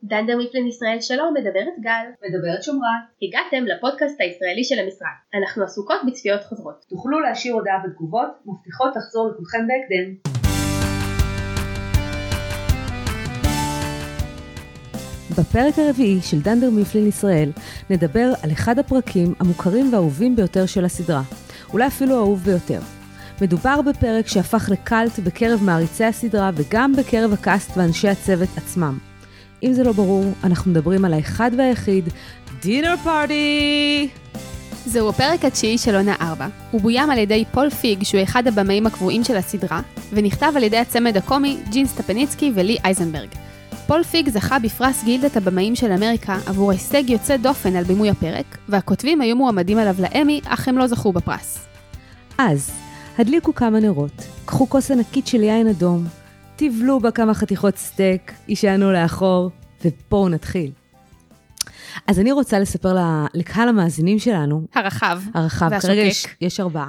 דנדר מיפלין ישראל שלום, מדברת גל. מדברת שומרת. הגעתם לפודקאסט הישראלי של המשרד. אנחנו עסוקות בצפיות חוזרות. תוכלו להשאיר הודעה בתגובות, מבטיחות לחזור לכולכם בהקדם. בפרק הרביעי של דנדר מיפלין ישראל נדבר על אחד הפרקים המוכרים והאהובים ביותר של הסדרה. אולי אפילו האהוב ביותר. מדובר בפרק שהפך לקלט בקרב מעריצי הסדרה וגם בקרב הקאסט ואנשי הצוות עצמם. אם זה לא ברור, אנחנו מדברים על האחד והיחיד, דינר פארטי! זהו הפרק התשיעי של עונה 4. הוא בוים על ידי פול פיג, שהוא אחד הבמאים הקבועים של הסדרה, ונכתב על ידי הצמד הקומי ג'ין סטפניצקי ולי אייזנברג. פול פיג זכה בפרס גילדת הבמאים של אמריקה עבור הישג יוצא דופן על בימוי הפרק, והכותבים היו מועמדים עליו לאמי, אך הם לא זכו בפרס. אז, הדליקו כמה נרות, קחו כוס ענקית של יין אדום, תבלו בה כמה חתיכות סטייק, ישענו לאחור, ובואו נתחיל. אז אני רוצה לספר לקהל המאזינים שלנו. הרחב. כרגע יש 4.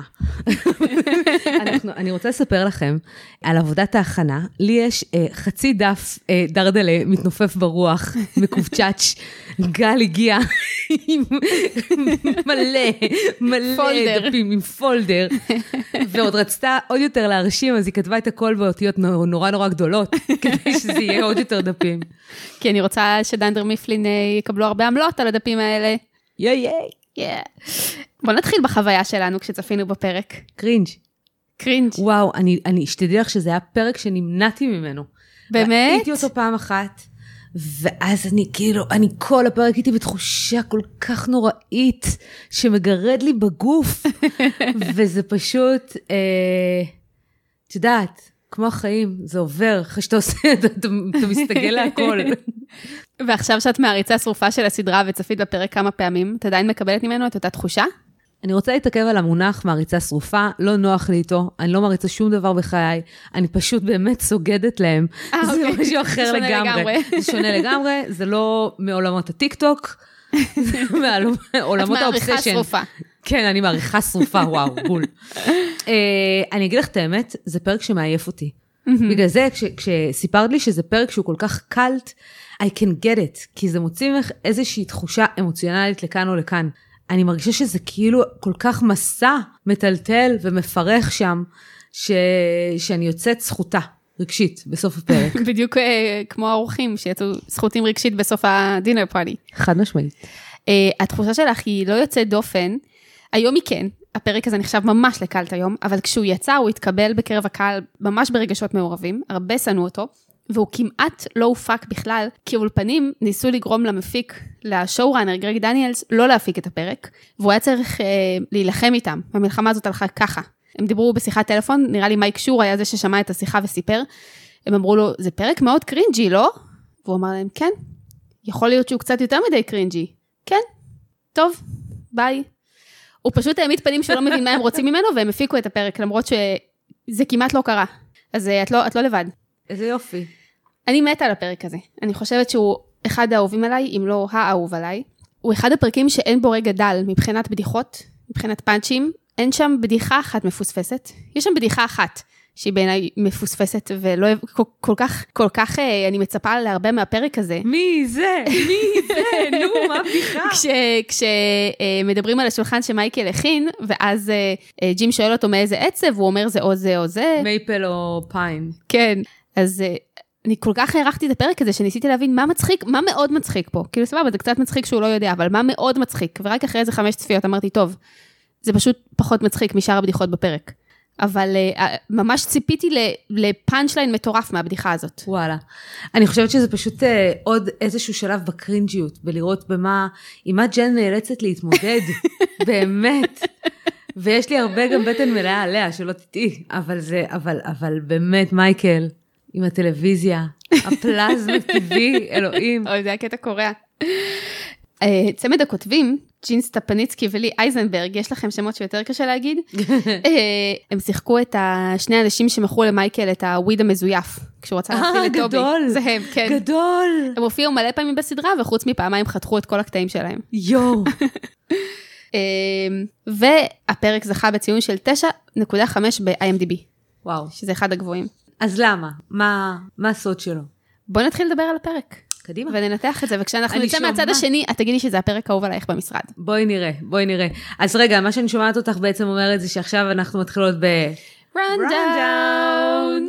אני רוצה לספר לכם על עבודת ההכנה. לי יש חצי דף דרדלה מתנופף ברוח, מקובצ'אץ', גל הגיע עם מלא דפים, עם פולדר, ועוד רצתה עוד יותר להרשים, אז היא כתבה את הכל באותיות נורא גדולות, כדי שזה יהיה עוד יותר דפים. כי אני רוצה שדנדר מיפלין יקבלו הרבה עמלות על הדפים האלה. ייי. בוא נתחיל בחוויה שלנו כשצפינו בפרק. קרינג'. וואו, אני אשתדל לך שזה היה פרק שנמנעתי ממנו. באמת? ראיתי אותו פעם אחת, ואז אני כל הפרק הייתי בתחושה כל כך נוראית, שמגרד לי בגוף, וזה פשוט, את יודעת, כמו החיים, זה עובר, אחרי שאתה עושה, אתה מסתגל להכל. ועכשיו שאת מעריצה שרופה של הסדרה וצפית בפרק כמה פעמים, את עדיין מקבלת ממנו את אותה תחושה? אני רוצה להתעכב על המונח מעריצה שרופה, לא נוח לי איתו, אני לא מעריצה שום דבר בחיי, אני פשוט באמת סוגדת להם. זה משהו אחר לגמרי. זה שונה לגמרי, זה לא מעולמות הטיק-טוק, זה מעולמות האובסשן. את מעריכה שרופה. כן, אני מעריכה שרופה, וואו, בול. אני אגיד לך את האמת, זה פרק שמעייף אותי. בגלל זה, כשסיפרת לי שזה פרק שהוא כל כך קלט, I can get it, כי זה מוציא ממך איזושהי תחושה אמוציונלית לכאן או לכאן. אני מרגישה שזה כאילו כל כך מסע מטלטל ומפרח שם, שאני יוצאת זכותה רגשית בסוף הפרק. בדיוק כמו האורחים שיצאו זכותים רגשית בסוף הדינר פארטי. חד משמעית. התחושה שלך היא לא יוצאת דופן, היום היא כן, הפרק הזה נחשב ממש לקלט היום, אבל כשהוא יצא הוא התקבל בקרב הקהל ממש ברגשות מעורבים, הרבה שנאו אותו, והוא כמעט לא הופק בכלל, כי אולפנים ניסו לגרום למפיק, לשואו-ראנר גרג דניאלס, לא להפיק את הפרק, והוא היה צריך להילחם איתם. המלחמה הזאת הלכה ככה. הם דיברו בשיחת טלפון, נראה לי מייק שור היה זה ששמע את השיחה וסיפר, הם אמרו לו, זה פרק מאוד קרינג'י, לא? והוא אמר להם, כן. יכול להיות שהוא קצת יותר מדי קרינג'י. כן. טוב, ביי. הוא פשוט העמיד פנים שלא מבין מה הם רוצים ממנו, והם הפיקו את הפרק, למרות שזה כמעט לא קרה. אז את לא לבד. איזה יופי. אני מתה על הפרק הזה. אני חושבת שהוא אחד האהובים עליי, אם לא האהוב עליי. הוא אחד הפרקים שאין בו רגע דל, מבחינת בדיחות, מבחינת פאנצ'ים. אין שם בדיחה אחת מפוספסת. יש שם בדיחה אחת, שהיא בעיניי מפוספסת, ולא כל כך אני מצפה להרבה מהפרק הזה. מי זה? נו, מה הבדיחה? כשמדברים על השולחן שמייקל הכין, ואז ג'ים שואל אותו מאיזה עצב, הוא אומר זה או זה או זה. מייפל או פיין. כן, אז אני כל כך הערכתי את הפרק הזה, שניסיתי להבין מה מצחיק, מה מאוד מצחיק פה. כאילו סבבה, זה קצת מצחיק שהוא לא יודע, אבל מה מאוד מצחיק? ורק אחרי איזה 5 צפיות אמרתי, טוב, זה פשוט פחות מצחיק משאר הבדיחות בפרק. אבל ממש ציפיתי לפאנצ'ליין מטורף מהבדיחה הזאת. וואלה. אני חושבת שזה פשוט עוד איזשהו שלב בקרינג'יות, בלראות עם מה ג'ן נאלצת להתמודד, באמת. ויש לי הרבה גם בטן מלאה עליה, שלא תטעי, אבל באמת, מייקל, עם הטלוויזיה, הפלזמה טבעי, אלוהים. אוי, זה הקטע קורע. צמד הכותבים, ג'ין סטפניצקי ולי אייזנברג, יש לכם שמות שיותר קשה להגיד, הם שיחקו את שני אנשים שמכרו למייקל את הוויד המזויף, כשהוא רצה להפעיל את טובי. גדול. זה הם, כן. גדול. הם הופיעו מלא פעמים בסדרה, וחוץ מפעמיים חתכו את כל הקטעים שלהם. יו. והפרק זכה בציון של 9.5 ב-IMDb. וואו. שזה אחד הגבוהים. אז למה? מה הסוד שלו? בואי נתחיל לדבר על הפרק. קדימה. וננתח את זה, וכשאנחנו נצא מהצד השני, את תגידי שזה הפרק האהוב עלייך במשרד. בואי נראה. אז רגע, מה שאני שומעת אותך בעצם אומרת זה שעכשיו אנחנו מתחילות rundown.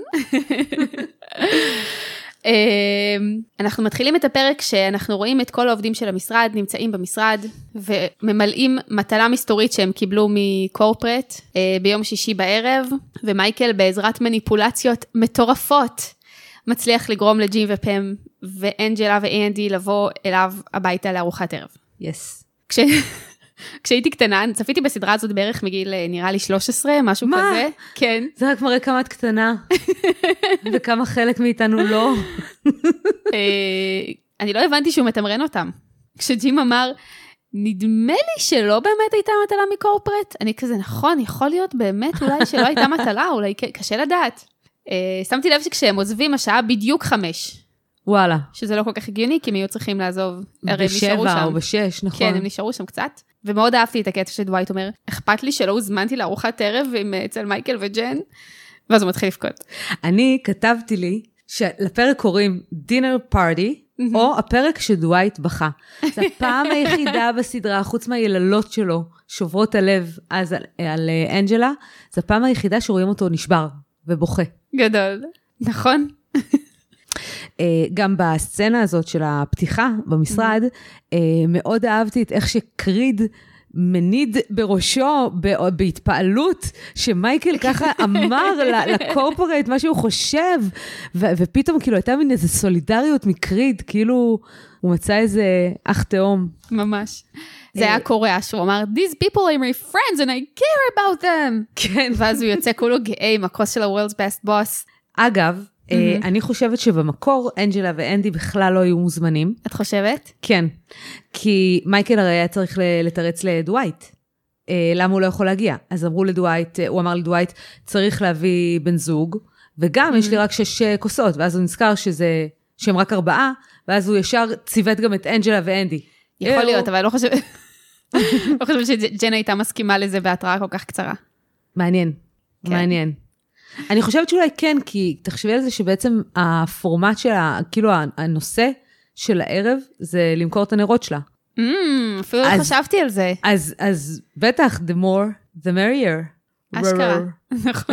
אנחנו מתחילים את הפרק שאנחנו רואים את כל העובדים של המשרד, נמצאים במשרד, וממלאים מטלה מסתורית שהם קיבלו מקורפרט ביום שישי בערב, ומייקל בעזרת מניפולציות מטורפות, מצליח לגרום לג'ים ופם ואנג'לה ואנדי לבוא אליו הביתה לארוחת ערב. יס. כשהייתי קטנה, צפיתי בסדרה הזאת בערך מגיל, נראה לי 13, משהו מה? כזה. כן. זה רק מראה כמה את קטנה, וכמה חלק מאיתנו לא. אני לא הבנתי שהוא מתמרן אותם. כשג'ים אמר, נדמה לי שלא באמת הייתה מטלה מקורפרט, אני כזה, נכון, יכול להיות באמת אולי שלא הייתה מטלה, אולי קשה לדעת. שמתי לב שכשהם עוזבים, השעה בדיוק 5. וואלה. שזה לא כל כך הגיוני, כי הם היו צריכים לעזוב. ב7 או ב6, נכון. כן, הם נשארו שם קצת. ומאוד אהבתי את הקטע שדווייט אומר, אכפת לי שלא הוזמנתי לארוחת ערב אצל מייקל וג'ן, ואז הוא מתחיל לבכות. אני כתבתי לי שלפרק קוראים dinner party, או הפרק שדווייט בכה. זו הפעם היחידה בסדרה, חוץ מהיללות שלו, שוברות הלב אז על אנג'לה, זו הפעם היחידה שרואים אותו נשבר ובוכה. גדול, נכון? גם בסצנה הזאת של הפתיחה במשרד, מאוד אהבתי את איך שקריד מניד בראשו בהתפעלות, שמייקל ככה אמר לקורפורט מה שהוא חושב, ופתאום כאילו הייתה מין איזו סולידריות מקריד, כאילו הוא מצא איזה אח תאום. ממש. זה היה קורא, שהוא אמר, these people are my friends and I care about them. כן. ואז הוא יוצא כולו גאה עם הכוס של ה-world's best boss. אגב, אני חושבת שבמקור אנג'לה ואנדי בכלל לא היו מוזמנים. את חושבת? כן, כי מייקל הרי היה צריך לתרץ לדווייט. למה הוא לא יכול להגיע? אז אמרו לדווייט, הוא אמר לדווייט, צריך להביא בן זוג, וגם יש לי רק 6 כוסות, ואז הוא נזכר שהם רק 4, ואז הוא ישר ציוות גם את אנג'לה ואנדי. יכול להיות, אבל לא חושבת שג'ן הייתה מסכימה לזה בהתראה כל כך קצרה. מעניין, מעניין. אני חושבת שאולי כן, כי תחשבי על זה שבעצם הפורמט של, כאילו הנושא של הערב, זה למכור את הנרות שלה. אפילו לא חשבתי על זה. אז בטח, the more, the merrier. אשכרה, נכון.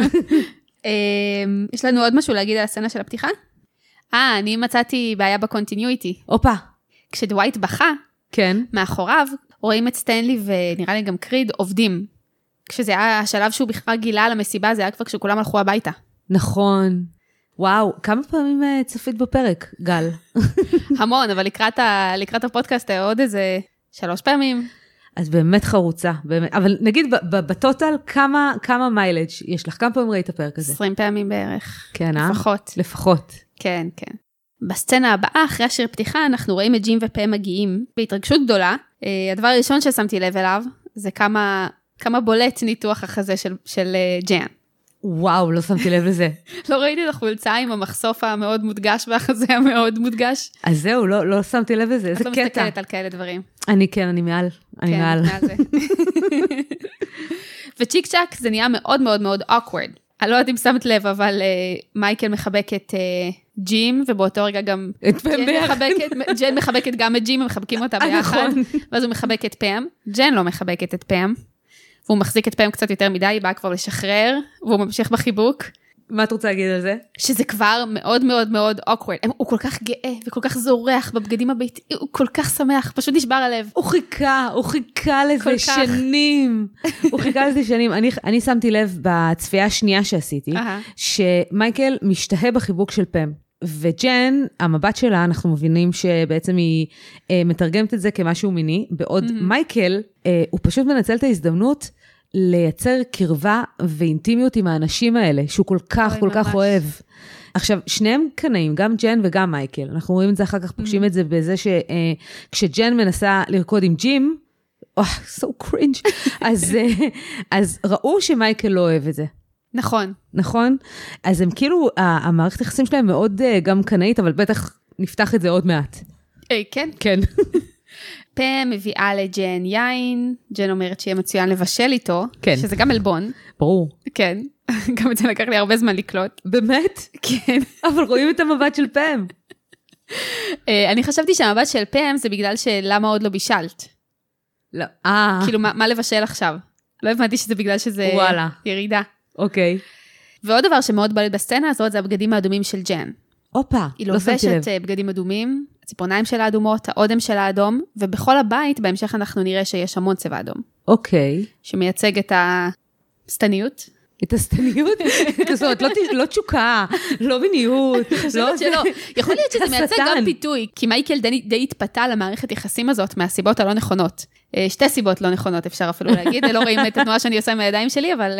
יש לנו עוד משהו להגיד על הסצנה של הפתיחה? אני מצאתי בעיה בקונטיניויטי. אופה. כשדווייט בכה, כן. מאחוריו, רואים את סטנלי ונראה לי גם קריד עובדים. כשזה היה השלב שהוא בכלל גילה על המסיבה, זה היה כבר כשכולם הלכו הביתה. נכון. וואו, כמה פעמים צפית בפרק, גל? המון, אבל לקראת הפודקאסט היה עוד איזה 3 פעמים. אז באמת חרוצה, באמת. אבל נגיד בטוטל, כמה מיילג' יש לך? כמה פעמים ראית הפרק הזה? 20 פעמים בערך. כן, לפחות. לפחות. כן, כן. בסצנה הבאה, אחרי השיר פתיחה, אנחנו רואים את ג'ים ופם מגיעים בהתרגשות גדולה. הדבר הראשון ששמתי לב אליו, זה כמה בולט ניתוח החזה של ג'ן. וואו, לא שמתי לב לזה. לא ראיתי את החולצה עם המחשוף המאוד מודגש והחזה המאוד מודגש. אז זהו, לא שמתי לב לזה, איזה קטע. את לא מסתכלת על כאלה דברים. אני מעל. אני מעל. זה. וצ'יק צ'ק זה נהיה מאוד מאוד מאוד awkward. אני לא יודעת אם שמת לב, אבל מייקל מחבק את ג'ים, ובאותו רגע גם ג'ן מחבקת גם את ג'ים, הם מחבקים אותה ביחד, ואז הוא מחבק את פם. ג'ן לא מחבקת את פם, והוא מחזיק את פם קצת יותר מדי, היא באה כבר לשחרר, והוא ממשיך בחיבוק. מה את רוצה להגיד על זה? שזה כבר מאוד מאוד מאוד awkward. הוא כל כך גאה וכל כך זורח בבגדים הביתי, הוא כל כך שמח, פשוט נשבר הלב. הוא חיכה לזה שנים. הוא חיכה לזה שנים. אני שמתי לב בצפייה השנייה שעשיתי, שמייקל משתהה בחיבוק של פם. וג'ן, המבט שלה, אנחנו מבינים שבעצם היא מתרגמת את זה כמשהו מיני, בעוד מייקל, הוא פשוט מנצל את ההזדמנות, לייצר קרבה ואינטימיות עם האנשים האלה, שהוא כל כך אוהב. עכשיו, שניהם קנאים, גם ג'ן וגם מייקל. אנחנו רואים את זה אחר כך, פוגשים את זה בזה שכשג'ן מנסה לרקוד עם ג'ים, so cringe, אז ראו שמייקל לא אוהב את זה. נכון? אז הם כאילו, המערכת היחסים שלהם מאוד גם קנאית, אבל בטח נפתח את זה עוד מעט. כן. פם מביאה לג'ן יין, ג'ן אומרת שיהיה מצוין לבשל איתו, שזה גם אלבון. ברור. כן, גם את זה לקח לי הרבה זמן לקלוט. באמת? כן. אבל רואים את המבט של פם. אני חשבתי שהמבט של פם זה בגלל שלמה עוד לא בישלת. לא, כאילו, מה לבשל עכשיו? לא הבנתי שזה בגלל שזה ירידה. אוקיי. ועוד דבר שמאוד בולט בסצנה הזאת, זה הבגדים האדומים של ג'ן. אופה, היא לובשת בגדים אדומים, הציפורניים שלה אדומות, האודם שלה אדום, ובכל הבית, בהמשך אנחנו נראה שיש המון צבע אדום. אוקיי. שמייצג את הסתניות. את הסתניות? כזאת, לא תשוקה, לא מיניות. יכול להיות שזה מייצג גם פיתוי, כי מייקל די התפתה למערכת יחסים הזאת מהסיבות הלא נכונות. שתי סיבות לא נכונות, אפשר אפילו להגיד, לא רואים את התנועה שאני עושה עם הידיים שלי, אבל...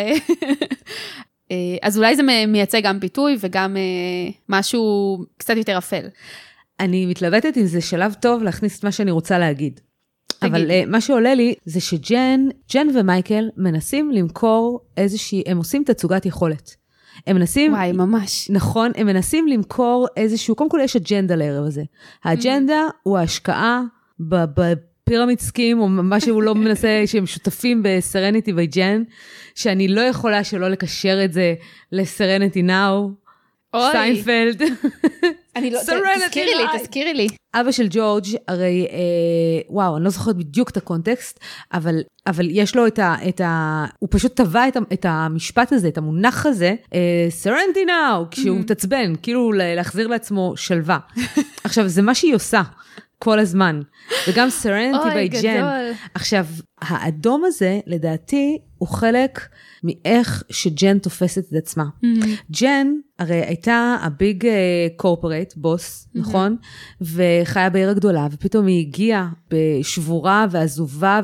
אז אולי זה מייצג גם פיתוי וגם משהו קצת יותר אפל. אני מתלבטת אם זה שלב טוב להכניס את מה שאני רוצה להגיד. אבל מה שעולה לי זה שג'ן ומייקל מנסים למכור הם עושים תצוגת יכולת. הם מנסים... וואי, ממש. נכון, הם מנסים למכור איזשהו, קודם כל יש אג'נדה לערב הזה. האג'נדה הוא ההשקעה פירמיד סקים, או מה שהוא לא מנסה, שהם שותפים בסרניטי וג'ן, שאני לא יכולה שלא לקשר את זה לסרניטי נאו, סיינפלד. אני לא, תזכירי לי. אבא של ג'ורג' הרי, וואו, אני לא זוכרת בדיוק את הקונטקסט, אבל יש לו הוא פשוט טבע את המשפט הזה, את המונח הזה, סרניטי נאו, כשהוא מתעצבן, כאילו להחזיר לעצמו שלווה. עכשיו, זה מה שהיא עושה. כל הזמן, וגם סרניטי בי ג'ן. עכשיו, האדום הזה, לדעתי, הוא חלק מאיך שג'ן תופסת את עצמה. ג'ן, הרי הייתה הביג קורפורייט, בוס, נכון? וחיה בעיר הגדולה, ופתאום היא הגיעה בשבורה ועזובה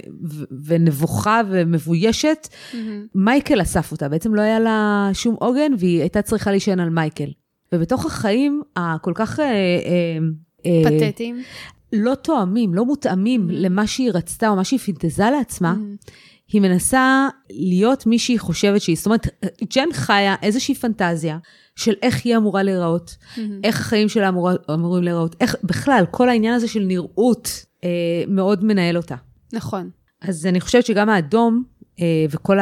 ונבוכה ומבוישת. מייקל אסף אותה, בעצם לא היה לה שום עוגן, והיא הייתה צריכה להישען על מייקל. ובתוך החיים הכל כך... פתטיים. לא תואמים, לא מותאמים למה שהיא רצתה או מה שהיא פינטזה לעצמה, היא מנסה להיות מי שהיא חושבת שהיא. זאת אומרת, ג'ן חיה איזושהי פנטזיה של איך היא אמורה להיראות, איך החיים שלה אמורים להיראות, איך בכלל, כל העניין הזה של נראות מאוד מנהל אותה. נכון. אז אני חושבת שגם האדום וכל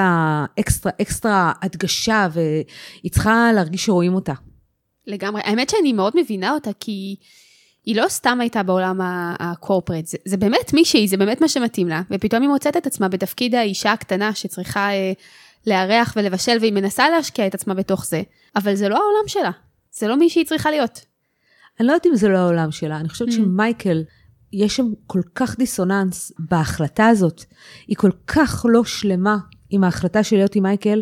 האקסטרה הדגשה, והיא צריכה להרגיש שרואים אותה. לגמרי. האמת שאני מאוד מבינה אותה, כי היא לא סתם הייתה בעולם הקורפרט, זה באמת מישהי, זה באמת מה שמתאים לה, ופתאום היא מוצאת את עצמה בתפקיד האישה הקטנה שצריכה לארח ולבשל, והיא מנסה להשקיע את עצמה בתוך זה, אבל זה לא העולם שלה, זה לא מי שהיא צריכה להיות. אני לא יודעת אם זה לא העולם שלה, אני חושבת שמייקל, יש שם כל כך דיסוננס בהחלטה הזאת, היא כל כך לא שלמה עם ההחלטה של להיות עם מייקל,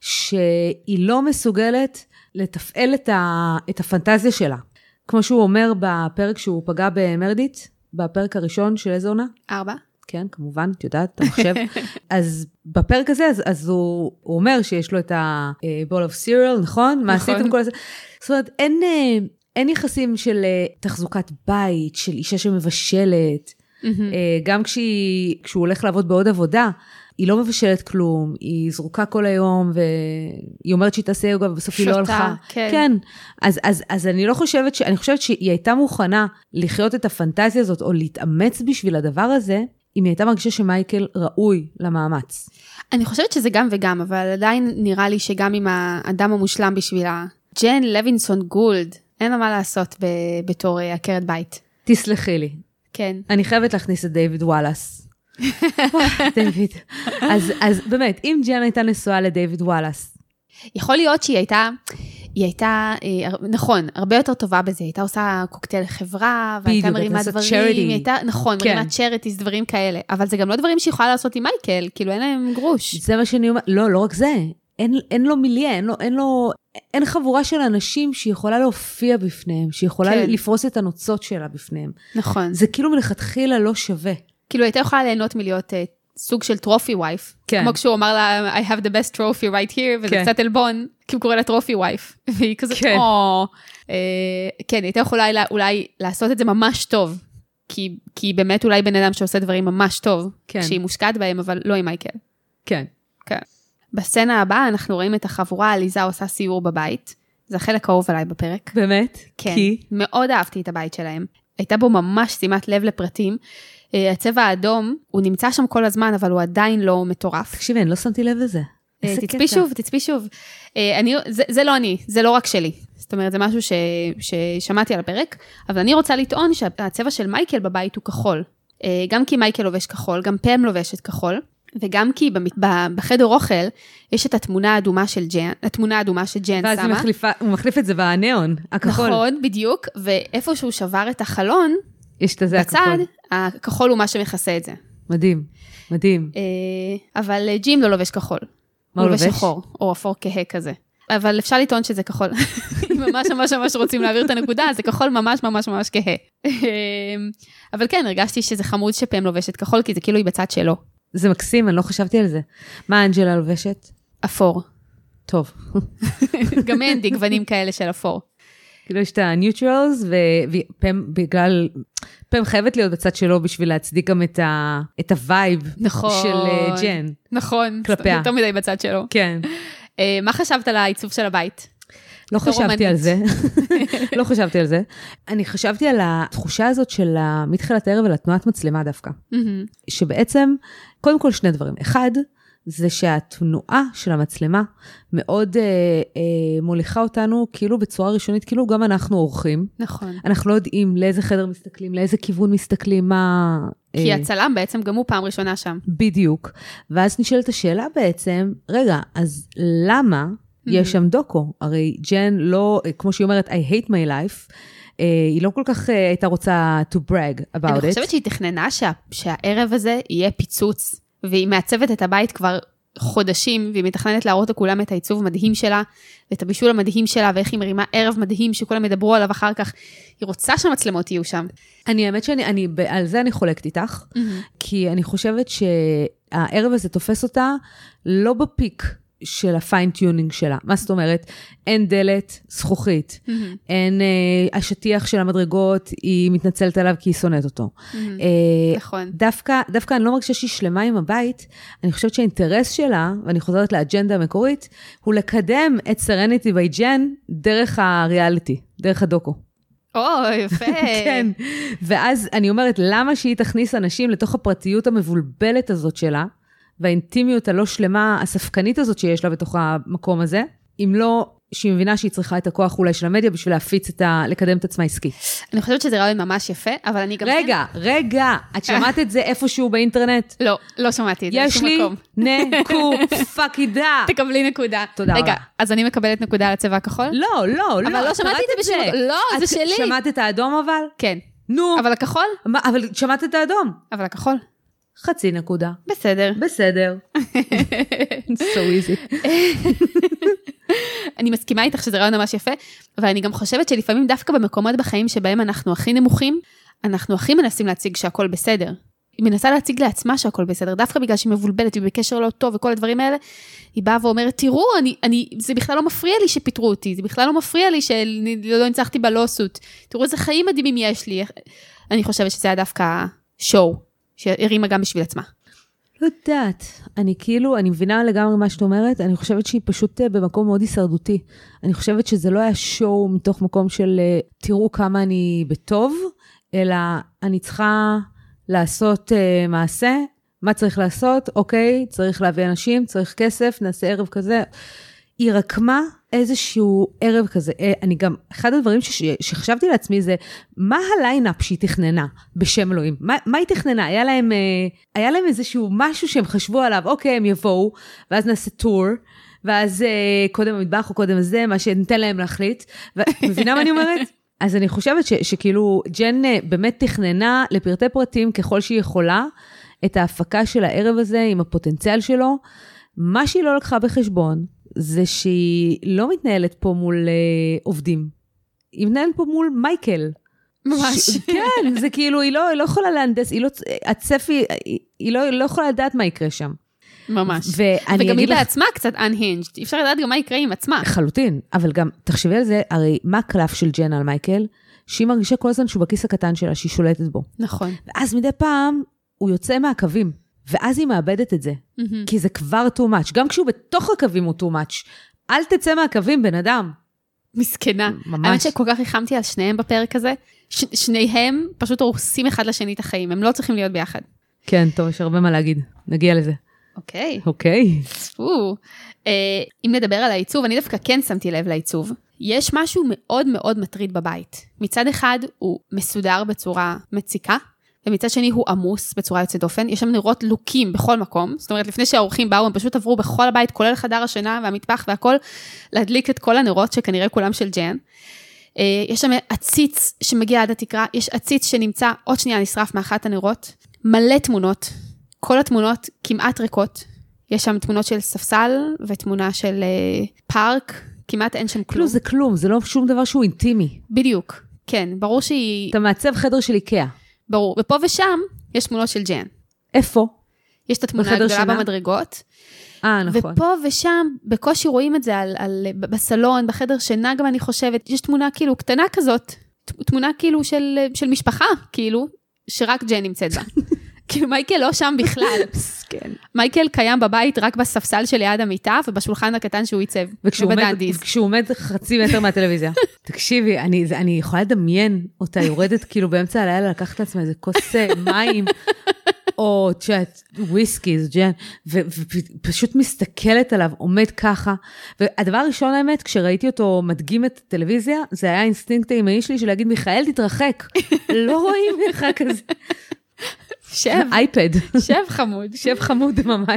שהיא לא מסוגלת לתפעל את הפנטזיה שלה. כמו שהוא אומר בפרק שהוא פגע במרדית, בפרק הראשון של איזו עונה? 4. כן, כמובן, את יודעת, אתה מחשב. אז בפרק הזה, אז הוא אומר שיש לו את ה-bowl of cereal, נכון? מה עשיתם כל הזה? זאת אומרת, אין יחסים של תחזוקת בית, של אישה שמבשלת, גם כשהוא הולך לעבוד בעוד עבודה, היא לא מבשלת כלום, היא זרוקה כל היום, והיא אומרת שהיא תעשה יוגה, ובסוף היא לא הלכה. כן. אז אני לא חושבת, אני חושבת שהיא הייתה מוכנה לחיות את הפנטזיה הזאת, או להתאמץ בשביל הדבר הזה, אם היא הייתה מרגישה שמייקל ראוי למאמץ. אני חושבת שזה גם וגם, אבל עדיין נראה לי שגם עם האדם המושלם בשבילה, ג'ן לוינסון גולד, אין לה מה לעשות בתור עקרת בית. תסלחי לי. כן. אני חייבת להכניס את דיוויד וואלאס. דיוויד. אז באמת, אם ג'ן הייתה נשואה לדיוויד וואלאס. יכול להיות שהיא הייתה, נכון, הרבה יותר טובה בזה, היא הייתה עושה קוקטייל חברה, והייתה מרימה דברים, נכון, מרימה צ'ריטיז, דברים כאלה, אבל זה גם לא דברים שהיא יכולה לעשות עם מייקל, כאילו אין להם גרוש. זה מה שאני אומרת, לא רק זה, אין לו מיליה, אין חבורה של אנשים שיכולה להופיע בפניהם, שיכולה לפרוס את הנוצות שלה בפניהם. נכון. זה כאילו מלכתחילה לא שווה. כאילו הייתה יכולה ליהנות מלהיות סוג של טרופי וייף. כן. כמו כשהוא אמר לה, I have the best trophy right here, וזה קצת אלבון, כי הוא קורא לה טרופי וייף. והיא כזאת, כן, הייתה יכולה אולי לעשות את זה ממש טוב, כי באמת אולי בן אדם שעושה דברים ממש טוב, כשהיא מושקעת בהם, אבל לא עם מייקל. כן. כן. בסצנה הבאה אנחנו רואים את החבורה, עליזה עושה סיור בבית. זה החלק האהוב עליי בפרק. באמת? כן. מאוד אהבתי את הבית שלהם. הייתה בו ממש שימת לב לפרטים. הצבע האדום, הוא נמצא שם כל הזמן, אבל הוא עדיין לא מטורף. תקשיבי, אני לא שמתי לב לזה. תצפי שוב. זה לא אני, זה לא רק שלי. זאת אומרת, זה משהו ששמעתי על הפרק, אבל אני רוצה לטעון שהצבע של מייקל בבית הוא כחול. גם כי מייקל לובש כחול, גם פם לובשת כחול, וגם כי בחדר אוכל יש את התמונה האדומה של ג'ן, ואז שמה. הוא מחליף את זה בניאון, הכחול. נכון, בדיוק, ואיפה שהוא שבר את החלון, יש את זה בצד, הכחול. הכחול הוא מה שמכסה את זה. מדהים, מדהים. אבל ג'ים לא לובש כחול. מה הוא לובש? שחור, או אפור כהה כזה. אבל אפשר לטעון שזה כחול. אם ממש רוצים להעביר את הנקודה, אז זה כחול ממש כהה. אבל כן, הרגשתי שזה חמוד שפעם לובשת כחול, כי זה כאילו היא בצד שלו. זה מקסים, אני לא חשבתי על זה. מה אנג'לה לובשת? אפור. טוב. גם אין גוונים כאלה של אפור. כאילו יש את הניוטרלס, ופעם בגלל, פעם חייבת להיות בצד שלו בשביל להצדיק גם את הווייב של ג'ן. נכון. כלפיה. יותר מדי בצד שלו. כן. מה חשבת על העיצוב של הבית? לא חשבתי על זה. לא חשבתי על זה. אני חשבתי על התחושה הזאת של מתחילת הערב ולתנועת מצלמה דווקא. שבעצם, קודם כל שני דברים. אחד, זה שהתנועה של המצלמה מאוד מוליכה אותנו, כאילו בצורה ראשונית, כאילו גם אנחנו עורכים. נכון. אנחנו לא יודעים לאיזה חדר מסתכלים, לאיזה כיוון מסתכלים, מה... כי הצלם בעצם גם הוא פעם ראשונה שם. בדיוק. ואז נשאלת השאלה בעצם, רגע, אז למה יש שם דוקו? הרי ג'ן לא, כמו שהיא אומרת, I hate my life, היא לא כל כך הייתה רוצה to brag about it. אני חושבת שהיא תכננה שהערב הזה יהיה פיצוץ, והיא מעצבת את הבית כבר חודשים, והיא מתכננת להראות לכולם את העיצוב המדהים שלה, ואת הבישול המדהים שלה, ואיך היא מרימה ערב מדהים שכולם ידברו עליו אחר כך. היא רוצה שהמצלמות יהיו שם. האמת על זה אני חולקת איתך, כי אני חושבת שהערב הזה תופס אותה לא בפיק של הפיינטיונינג שלה. מה זאת אומרת? אין דלת זכוכית, אין השטיח של המדרגות, היא מתנצלת עליו כי היא שונאת אותו. נכון. דווקא אני לא מרגישה שהיא שלמה עם הבית, אני חושבת שהאינטרס שלה, ואני חוזרת לאג'נדה המקורית, הוא לקדם את סרניטי בי ג'ן דרך הריאליטי, דרך הדוקו. יפה. כן. ואז אני אומרת, למה שהיא תכניס אנשים לתוך הפרטיות המבולבלת הזאת שלה, והאינטימיות הלא שלמה, הספקנית הזאת שיש לה בתוך המקום הזה, אם לא שהיא מבינה שהיא צריכה את הכוח אולי של המדיה, בשביל להפיץ לקדם את עצמה עסקי. אני חושבת שזה רעיון ממש יפה, אבל אני גם... רגע, את שמעת את זה איפשהו באינטרנט? לא שמעתי את זה. יש לי נקודה. תקבלי נקודה. תודה רבה. רגע, אז אני מקבלת נקודה על הצבע הכחול? לא. אבל לא שמעתי את זה בשביל... לא, זה שלי. שמעת את האדום אבל? כן. נו. אבל הכחול? אבל שמעת את האדום? אבל הכחול? חצי נקודה. בסדר. So easy. אני מסכימה איתך שזה רעיון ממש יפה, אבל אני גם חושבת שלפעמים דווקא במקומות בחיים שבהם אנחנו הכי נמוכים, אנחנו הכי מנסים להציג שהכל בסדר. היא מנסה להציג לעצמה שהכל בסדר, דווקא בגלל שהיא מבולבלת ובקשר לא טוב וכל הדברים האלה, היא באה ואומרת, תראו, זה בכלל לא מפריע לי שפיטרו אותי, זה בכלל לא מפריע לי שלא ניצחתי בלוסות, תראו איזה חיים מדהימים יש לי. אני חושבת שזה היה דווקא שואו, שהרימה גם בשביל עצמה. לא יודעת, אני מבינה לגמרי מה שאת אומרת, אני חושבת שהיא פשוט במקום מאוד הישרדותי. אני חושבת שזה לא היה שואו מתוך מקום של תראו כמה אני בטוב, אלא אני צריכה לעשות מעשה, מה צריך לעשות? אוקיי, צריך להביא אנשים, צריך כסף, נעשה ערב כזה. היא רקמה איזשהו ערב כזה. אני גם, אחד הדברים שחשבתי לעצמי זה, מה הליינאפ שהיא תכננה בשם אלוהים? מה היא תכננה? היה להם איזשהו משהו שהם חשבו עליו, אוקיי, הם יבואו, ואז נעשה טור, ואז קודם המטבח או קודם זה, מה שניתן להם להחליט. מבינה מה אני אומרת? אז אני חושבת שכאילו ג'ן באמת תכננה לפרטי פרטים ככל שהיא יכולה, את ההפקה של הערב הזה עם הפוטנציאל שלו. מה שהיא לא לקחה בחשבון, זה שהיא לא מתנהלת פה מול עובדים. היא מתנהלת פה מול מייקל. ממש. כן, זה כאילו, היא לא יכולה להנדס, הצפי, היא לא יכולה לדעת מה יקרה שם. ממש. וגם היא בעצמה קצת unhinged. אי אפשר לדעת גם מה יקרה עם עצמה. חלוטין, אבל גם, תחשבי על זה, הרי מה הקלף של ג'ן על מייקל? שהיא מרגישה כל הזמן שהוא בכיס הקטן שלה, שהיא שולטת בו. נכון. ואז מדי פעם, הוא יוצא מהקווים. ואז היא מאבדת את זה, כי זה כבר too much. גם כשהוא בתוך הקווים הוא too much. אל תצא מהקווים, בן אדם. מסכנה. ממש. האמת שכל כך החמתי על שניהם בפרק הזה, שניהם פשוט הורסים אחד לשני את החיים, הם לא צריכים להיות ביחד. כן, טוב, יש הרבה מה להגיד. נגיע לזה. אוקיי. אוקיי. אם נדבר על העיצוב, אני דווקא כן שמתי לב לעיצוב. יש משהו מאוד מאוד מטריד בבית. מצד אחד הוא מסודר בצורה מציקה, ומצד שני הוא עמוס בצורה יוצאת דופן. יש שם נרות לוקים בכל מקום, זאת אומרת, לפני שהאורחים באו, הם פשוט עברו בכל הבית, כולל חדר השינה והמטבח והכל, להדליק את כל הנרות שכנראה כולם של ג'ן. יש שם עציץ שמגיע עד התקרה, יש עציץ שנמצא עוד שנייה נשרף מאחת הנרות, מלא תמונות, כל התמונות כמעט ריקות, יש שם תמונות של ספסל ותמונה של פארק, כמעט אין שם כלום. זה כלום, זה לא שום דבר שהוא אינטימי. בדיוק, כן, ברור שהיא... אתה מעצב חדר של איקאה. ברור, ופה ושם יש תמונות של ג'ן. איפה? יש את התמונה הגדולה במדרגות. נכון. ופה ושם, בקושי רואים את זה בסלון, בחדר שינה גם אני חושבת, יש תמונה כאילו קטנה כזאת, תמונה כאילו של משפחה, כאילו, שרק ג'ן נמצאת בה. כאילו מייקל לא שם בכלל. מייקל קיים בבית רק בספסל שליד המיטה, ובשולחן הקטן שהוא ייצב. וכשהוא עומד חצי מטר מהטלוויזיה. תקשיבי, אני יכולה לדמיין אותה יורדת כאילו באמצע הלילה לקחת לעצמה איזה כוס מים, או צ'אט, וויסקי, זה ג'ן, ופשוט מסתכלת עליו, עומד ככה. והדבר הראשון האמת, כשראיתי אותו מדגים את הטלוויזיה, זה היה האינסטינקט האימהי שלי, של להגיד, מיכאל, תתרחק. לא רואים לך כזה. שב. אייפד. שב חמוד. שב חמוד ממש.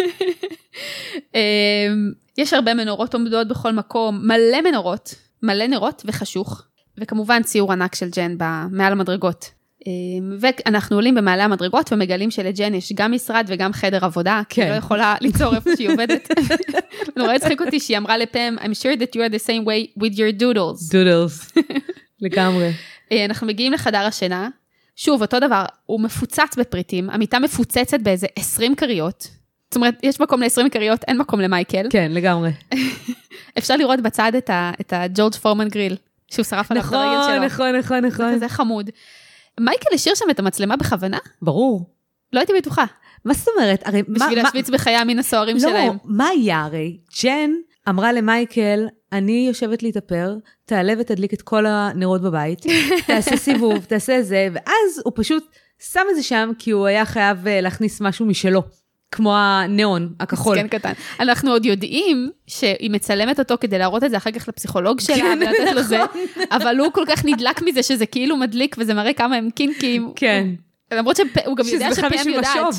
יש הרבה מנורות עומדות בכל מקום, מלא נרות וחשוך, וכמובן ציור ענק של ג'ן מעל המדרגות. ואנחנו עולים במעלה המדרגות ומגלים שלג'ן יש גם משרד וגם חדר עבודה, כי היא לא יכולה ליצור איפה שהיא עובדת. נורא הצחיק אותי שהיא אמרה לפעם, I'm sure that you are the same way with your doodles. doodles, לגמרי. אנחנו מגיעים לחדר השינה, שוב, אותו דבר, הוא מפוצץ בפריטים, המיטה מפוצצת באיזה 20 קריות, זאת אומרת, יש מקום ל-20 קריות, אין מקום למייקל. כן, לגמרי. אפשר לראות בצד את הג'ורג' פורמן גריל, שהוא שרף עליו את הרגל שלו. נכון. זה חמוד. מייקל השאיר שם את המצלמה בכוונה? ברור. לא הייתי בטוחה. מה זאת אומרת? בשביל להשוויץ בחיי המין הסוערים שלהם. לא, מה היה הרי? ג'ן אמרה למייקל, אני יושבת להתאפר, תעלה ותדליק את כל הנרות בבית, תעשה סיבוב, תעשה זה, ואז הוא פשוט שם את זה שם, כי הוא היה חייב להכניס משהו משלו, כמו הנאון, הכחול. כן, קטן. אנחנו עוד יודעים שהיא מצלמת אותו כדי להראות את זה אחר כך לפסיכולוג שלה, ולתת לו זה, אבל הוא כל כך נדלק מזה שזה כאילו מדליק, וזה מראה כמה הם קינקים. כן. למרות שהוא גם יודע שפעם יודעת.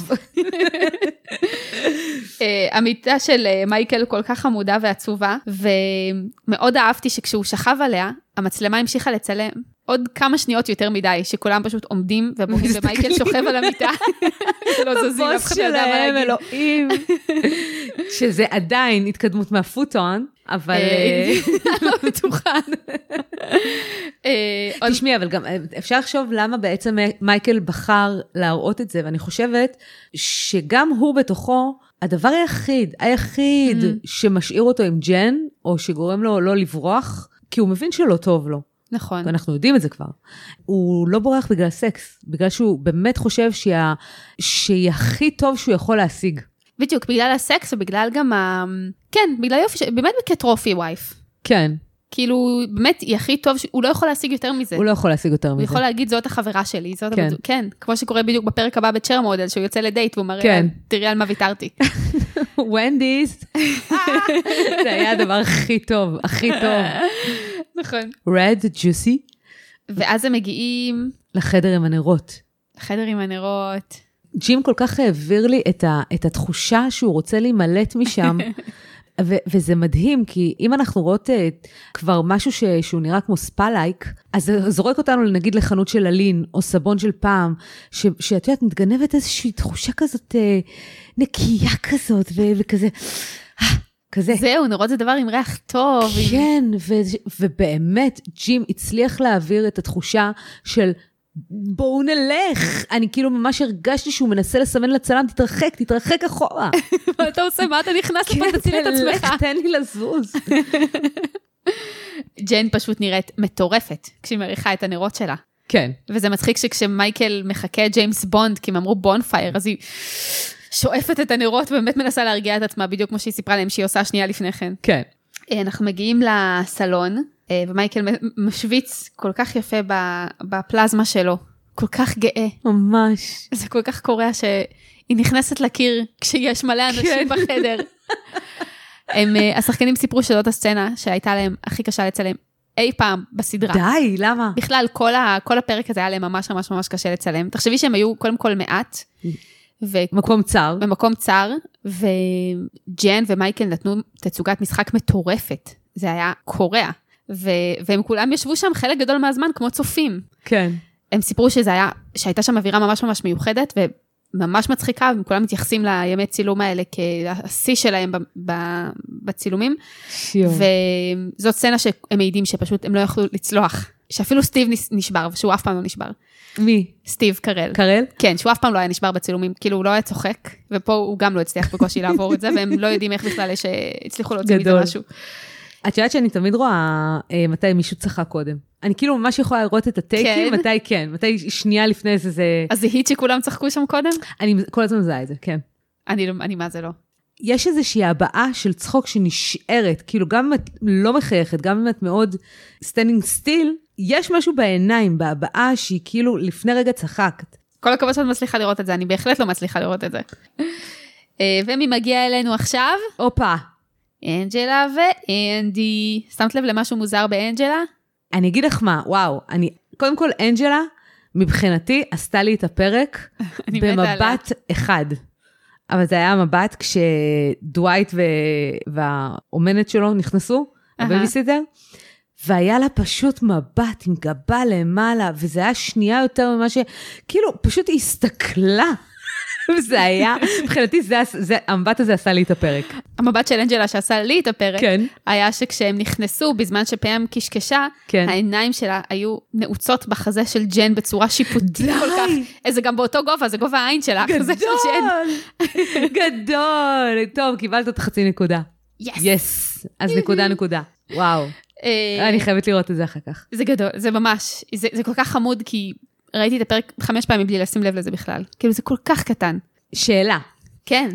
המיטה של מייקל כל כך חמודה ועצובה, ומאוד אהבתי שכשהוא שכב עליה, המצלמה המשיכה לצלם עוד כמה שניות יותר מדי, שכולם פשוט עומדים ובוהים, ומייקל שוכב על המיטה. לא זזים, אף אחד ידע מה להגיד. אלוהים. שזה עדיין התקדמות מהפוטון, אבל... לא בטוחה. תשמעי, אבל גם אפשר לחשוב למה בעצם מייקל בחר להראות את זה, ואני חושבת שגם הוא בתוכו, הדבר היחיד שמשאיר אותו עם ג'ן, או שגורם לו לא לברוח, כי הוא מבין שלא טוב לו. נכון. ואנחנו יודעים את זה כבר. הוא לא בורח בגלל סקס, בגלל שהוא באמת חושב שהיא הכי טוב שהוא יכול להשיג. בדיוק, בגלל הסקס ובגלל גם כן, בגלל יופי, באמת כטרופי וייף. כן. כאילו, באמת, היא הכי טוב, הוא לא יכול להשיג יותר מזה. הוא לא יכול להשיג יותר מזה. הוא יכול להגיד, זאת החברה שלי, כן, כמו שקורה בדיוק בפרק הבא בצ'ר מודל, שהוא יוצא לדייט, והוא מראה, תראי על מה ויתרתי. ונדיס. זה היה הדבר הכי טוב. נכון. רד, ג'וסי. ואז הם מגיעים... לחדר עם הנרות. ג'ים כל כך העביר לי את התחושה שהוא רוצה להימלט משם, וזה מדהים, כי אם אנחנו רואות כבר משהו שהוא נראה כמו ספא-לייק, אז זה זורק אותנו נגיד לחנות של אלין, או סבון של פעם, שאת יודעת, מתגנבת איזושהי תחושה כזאת, נקייה כזאת, וכזה, כזה. זהו, נראות זה דבר עם ריח טוב. כן, ובאמת, ג'ים הצליח להעביר את התחושה של, בואו נלך. אני כאילו ממש הרגשתי שהוא מנסה לסמן לצלם, תתרחק אחורה. מה אתה עושה? מה אתה נכנס לפה, תציל את עצמך? תן לי לזוז. ג'ן פשוט נראית מטורפת, כשהיא מריחה את הנרות שלה. כן. וזה מצחיק שכשמייקל מחכה ג'יימס בונד, כי הם אמרו בונפייר, אז היא שואפת את הנרות, ובאמת מנסה להרגיע את עצמה, בדיוק כמו שהיא סיפרה להם שהיא עושה שנייה לפני כן. כן. אנחנו מגיעים לסלון, ומייקל משוויץ כל כך יפה בפלזמה שלו, כל כך גאה. ממש. זה כל כך קורא שהיא נכנסת לקיר כשיש מלא אנשים בחדר. השחקנים סיפרו שזאת הסצנה שהייתה להם הכי קשה לצלם אי פעם בסדרה. די, למה? בכלל, כל הפרק הזה היה להם ממש ממש ממש קשה לצלם. תחשבי שהם היו קודם כל מעט. מקום צר. במקום צר, וג'ן ומייקל נתנו תצוגת משחק מטורפת. זה היה קורע. והם כולם ישבו שם חלק גדול מהזמן כמו צופים. כן. הם סיפרו שהייתה שם אווירה ממש ממש מיוחדת, וממש מצחיקה, והם כולם מתייחסים לימי צילום האלה כהשיא שלהם בצילומים. וזאת סצנה שהם מעידים שפשוט הם לא יכלו לצלוח. שאפילו סטיב נשבר, ושהוא אף פעם לא נשבר. מי? סטיב קרל. קרל? כן, שהוא אף פעם לא היה נשבר בצילומים, כאילו הוא לא היה צוחק, ופה הוא גם לא הצליח בקושי לעבור את זה, והם לא יודעים איך בכלל שהצליחו להוציא מזה משהו. את יודעת שאני תמיד רואה מתי מישהו צחק קודם. אני כאילו ממש יכולה לראות את הטייקים, מתי כן, מתי שנייה לפני זה. אז זה היט שכולם צחקו שם קודם? אני כל הזמן מזהה את זה, כן. אני מה זה לא. יש איזושהי הבעה של צחוק שנשארת, כאילו גם אם את לא מחייכת, גם אם את מאוד standing still, יש משהו בעיניים, בהבעה שהיא כאילו לפני רגע צחקת. כל הכבוד שאת מצליחה לראות את זה, אני בהחלט לא מצליחה לראות את זה. ומי מגיע אלינו עכשיו? אופה. אנג'לה ואנדי. שמת לב למשהו מוזר באנג'לה? אני אגיד לך מה, וואו, קודם כל אנג'לה, מבחינתי, עשתה לי את הפרק במבט אחד. אבל זה היה מבט כשדווייט והאומנת שלו נכנסו, הבייביסיטר, והיה לה פשוט מבט עם גבה למעלה, וזה היה שנייה יותר ממה כאילו פשוט היא הסתכלה. וזה היה, מבחינתי, המבט הזה עשה לי את הפרק. המבט של אנג'לה שעשה לי את הפרק, כן. היה שכשהם נכנסו, בזמן שפעם קשקשה, כן. העיניים שלה היו נעוצות בחזה של ג'ן בצורה שיפוטית כל כך. זה גם באותו גובה, זה גובה העין שלה, החזה של ג'ן. גדול. טוב, קיבלת את חצי נקודה. יס. אז נקודה. וואו. אני חייבת לראות את זה אחר כך. זה גדול, זה ממש, זה כל כך חמוד, כי ראיתי את הפרק 5 פעמים בלי לשים לב לזה בכלל. כאילו זה כל כך קטן. שאלה. כן.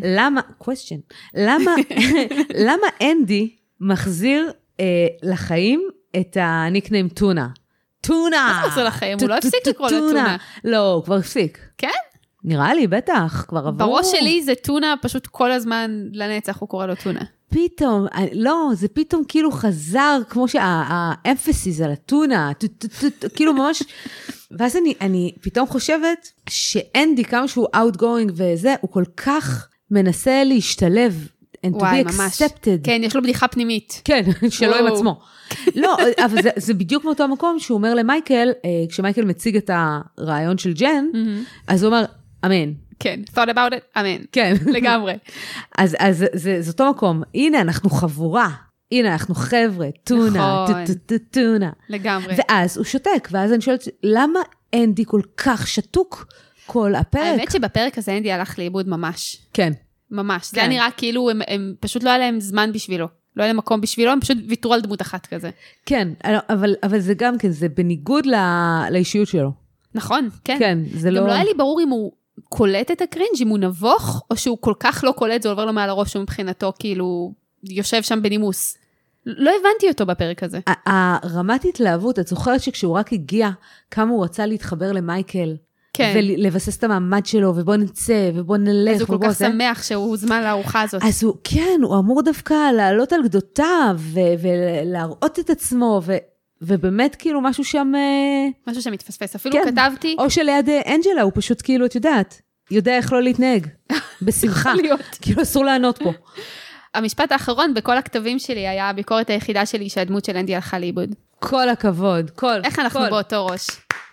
למה אנדי מחזיר לחיים את הניקניים טונה? טונה! מה זה מחזיר לחיים? הוא לא הפסיק לקרוא לטונה. לא, הוא כבר הפסיק. כן? נראה לי, בטח, כבר עברו. בראש שלי זה טונה, פשוט כל הזמן לנצח הוא קורא לו טונה. פתאום, לא, זה פתאום כאילו חזר, כמו שהאמפסיס על הטונה, כאילו ממש, ואז אני פתאום חושבת שאנדי, כמה שהוא outgoing וזה, הוא כל כך מנסה להשתלב, and to be accepted. כן, יש לו בדיחה פנימית. כן, שלא עם עצמו. לא, אבל זה בדיוק מאותו המקום שהוא אומר למייקל, כשמייקל מציג את הרעיון של ג'ן, אז הוא אומר, אמן. כן, thought about it, אמן. כן. לגמרי. אז זה אותו מקום. הנה, אנחנו חבורה. הנה, אנחנו חבר'ה, טונה, טונה. לגמרי. ואז הוא שותק, ואז אני שואלת, למה אנדי כל כך שתוק כל הפרק? האמת שבפרק הזה אנדי הלך לאיבוד ממש. כן. ממש. זה נראה כאילו, הם פשוט לא היה להם זמן בשבילו. לא היה להם מקום בשבילו, הם פשוט ויתרו על דמות אחת כזה. כן, אבל זה גם כן, זה בניגוד לאישיות שלו. נכון, כן. כן, זה לא... גם לא היה לי ברור אם הוא קולט את הקרינג', אם הוא נבוך, או שהוא כל כך לא קולט, זה עובר לו מעל הראש, מבחינתו כאילו יושב שם בנימוס. לא הבנתי אותו בפרק הזה. הרמת התלהבות, את זוכרת שכשהוא רק הגיע, כמה הוא רצה להתחבר למייקל, כן. ולבסס את המעמד שלו, ובוא נצא, ובוא נלך. אז הוא כל כך שמח שהוא הוזמן לארוחה הזאת. אז הוא, כן, הוא אמור דווקא לעלות על גדותיו, ולהראות את עצמו, ובאמת כאילו משהו שם... משהו שמתפספס. אפילו כתבתי... או שליד אנג'לה, הוא פשוט כאילו, את יודעת, יודע איך לא להתנהג. בשמחה. כאילו אסור לענות פה. המשפט האחרון בכל הכתבים שלי היה הביקורת היחידה שלי שהדמות של אנדי הלכה לאיבוד. כל הכבוד, איך אנחנו באותו ראש?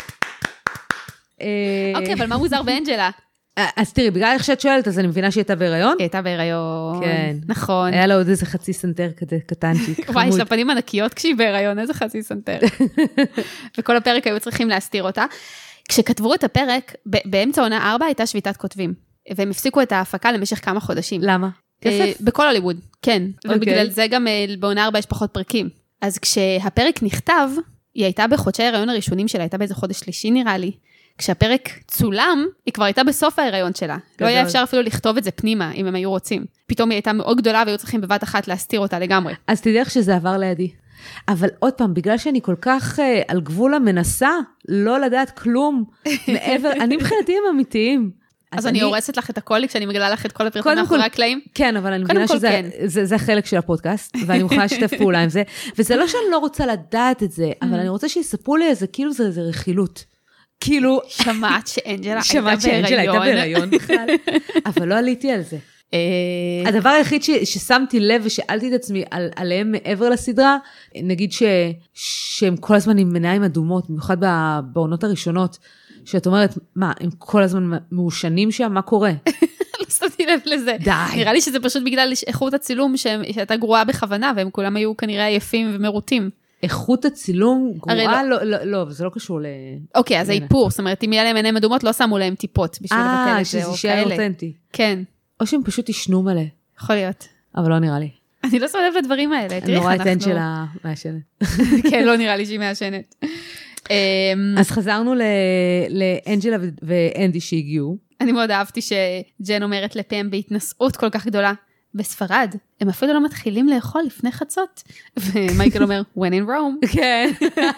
אוקיי, אבל מה מוזר באנג'לה? אז תראי, בגלל איך שאת שואלת, אז אני מבינה שהיא הייתה בהיריון? היא הייתה בהיריון. כן. נכון. היה לה עוד איזה חצי סנטר כזה קטנצ'יק. וואי, יש לה פנים ענקיות כשהיא בהיריון, איזה חצי סנטר. וכל הפרק היו צריכים להסתיר אותה. כשכתבו את הפרק, באמצע עונה 4 הייתה שביתת כותבים, והם הפסיקו את ההפקה למשך כמה חודשים. למה? כסף? בכל הוליווד, כן. ובגלל זה גם בעונה 4 יש פחות פרקים. אז כשהפרק נכתב, היא הייתה בחודשי ההיריון הראשונים שלה, הייתה באיזה חודש שלישי נראה לי. כשהפרק צולם, היא כבר הייתה בסוף ההיריון שלה. לא היה אפשר אפילו לכתוב את זה פנימה, אם הם היו רוצים. פתאום היא הייתה מאוד גדולה, והיו צריכים בבת אחת להסתיר אותה לגמרי. אז תדעי איך שזה עבר לידי. אבל עוד פעם, בגלל שאני כל כך על גבול המנסה, לא לדעת כלום מעבר, אני מבחינתי הם אמיתיים. אז אני הורסת לך את הכל כשאני מגלה לך את כל הפרטים מאחורי הקלעים? כן, אבל אני מבינה שזה החלק של הפודקאסט, ואני מוכנה לשתף פעולה עם זה, וזה לא שאני לא רוצה לדעת את זה, אבל אני רוצה שיספרו לי איזה, כאילו זה רכילות. כאילו... שמעת שאנג'לה הייתה בהיריון בכלל, אבל לא עליתי על זה. הדבר היחיד ששמתי לב ושאלתי את עצמי עליהם מעבר לסדרה, נגיד שהם כל הזמן עם עיניים אדומות, במיוחד בעונות הראשונות, שאת אומרת, מה, הם כל הזמן מעושנים שם, מה קורה? לא שמתי לב לזה. די. נראה לי שזה פשוט בגלל איכות הצילום שהייתה גרועה בכוונה, והם כולם היו כנראה עייפים ומרוטים. איכות הצילום גרועה? לא, זה לא קשור ל... אוקיי, אז האיפור, זאת אומרת, אם יהיה להם עיניים אדומות, לא שמו להם טיפות בשביל לבטל את זה, או כאלה. שזה יישאר אותנטי. כן. או שהם פשוט ישנו מלא. יכול להיות. אבל לא נראה לי. אני לא שמה לב לדברים האלה. אני רואה את אין שלה מעשנת. כן, לא נראה לי שהיא מעשנת. אז חזרנו לאנג'לה ואנדי שהגיעו. אני מאוד אהבתי שג'ן אומרת לפם בהתנסות כל כך גדולה, בספרד, הם אפילו לא מתחילים לאכול לפני חצות. ומייקל אומר, when in Rome. כן.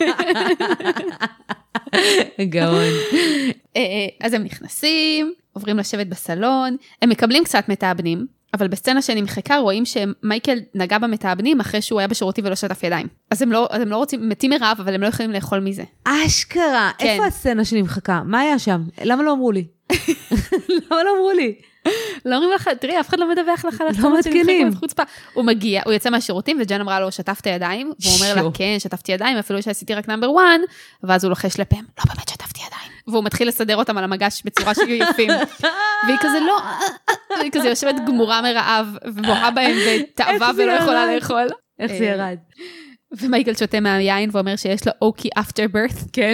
גאון. אז הם נכנסים, עוברים לשבת בסלון, הם מקבלים קצת מתאבנים, אבל בסצנה שנמחקה רואים שמייקל נגע במתאבנים אחרי שהוא היה בשירותי ולא שטף ידיים. אז הם לא רוצים, מתים מרעב, אבל הם לא יכולים לאכול מזה. אשכרה, איפה הסצנה שנמחקה? מה היה שם? למה לא אמרו לי? למה לא אמרו לי? לא אומרים לך, תראי, אף אחד לא מדווח לך על הסצנה שנמחקה בחוצפה. הוא מגיע, הוא יוצא מהשירותים, וג'ן אמרה לו, שטפת ידיים, והוא אומר לה, כן, שטפתי ידיים, אפילו שעשיתי רק נאמבר 1, ואז הוא לוחש לפם, לא באמת שטפתי ידיים. והוא מתחיל לסדר אותם על המגש בצורה שיהיו יפים. והיא כזה לא, והיא כזה יושבת גמורה מרעב, ובוהה בהם ותאווה ולא יכולה לאכול. איך זה ירד? ומייקל שותה מהיין ואומר שיש לו אוקי after birth. כן.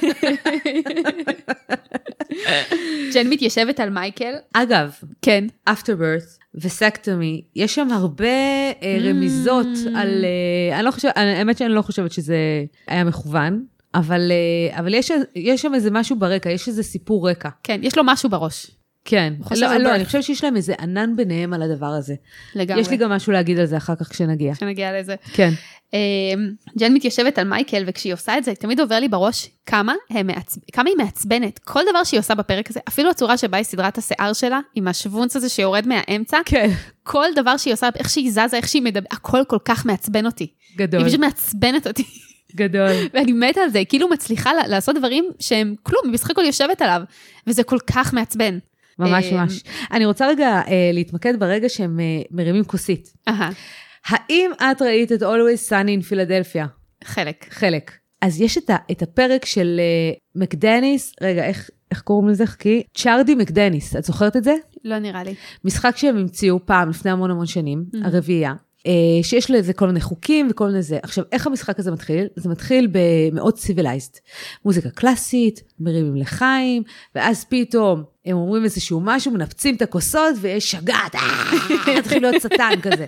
ג'ן מתיישבת על מייקל. אגב, כן. after birth וסקטומי, יש שם הרבה רמיזות על, האמת שאני לא חושבת שזה היה מכוון, אבל יש שם איזה משהו ברקע, יש איזה סיפור רקע. כן, יש לו משהו בראש. כן, לא, אני חושבת שיש להם איזה ענן ביניהם על הדבר הזה. לגמרי. יש לי גם משהו להגיד על זה אחר כך כשנגיע. כשנגיע לזה. כן. ג'ן מתיישבת על מייקל, וכשהיא עושה את זה, תמיד עובר לי בראש כמה היא מעצבנת. כל דבר שהיא עושה בפרק הזה, אפילו הצורה שבה היא סדרת השיער שלה, עם השוונץ הזה שיורד מהאמצע, כן. כל דבר שהיא עושה, איך שהיא זזה, איך שהיא מדברת, הכל כל כך מעצבן אותי. גדול. היא פשוט מעצבנת אותי. גדול. ואני מתה על זה, היא כאילו מצליחה לעשות דברים שהם כלום, היא בסך הכל יושבת עליו, וזה כל כך מעצבן. ממש ממש. אני רוצה רגע להתמקד ברגע שהם מרימים כוסית. האם את ראית את Always Sunny in Philadelphia? חלק. אז יש את הפרק של מקדניס, רגע, איך קוראים לזה? חכי? צ'ארדי מקדניס, את זוכרת את זה? לא נראה לי. משחק שהם המציאו פעם, לפני המון שנים, הרביעייה, שיש לזה כל מיני חוקים וכל מיני זה. עכשיו, איך המשחק הזה מתחיל? זה מתחיל במאוד סיביליזד. מוזיקה קלאסית, מרימים לחיים, ואז פתאום הם אומרים איזשהו משהו, מנפצים את הכוסות, ויש שגעת, התחיל להיות שטן כזה.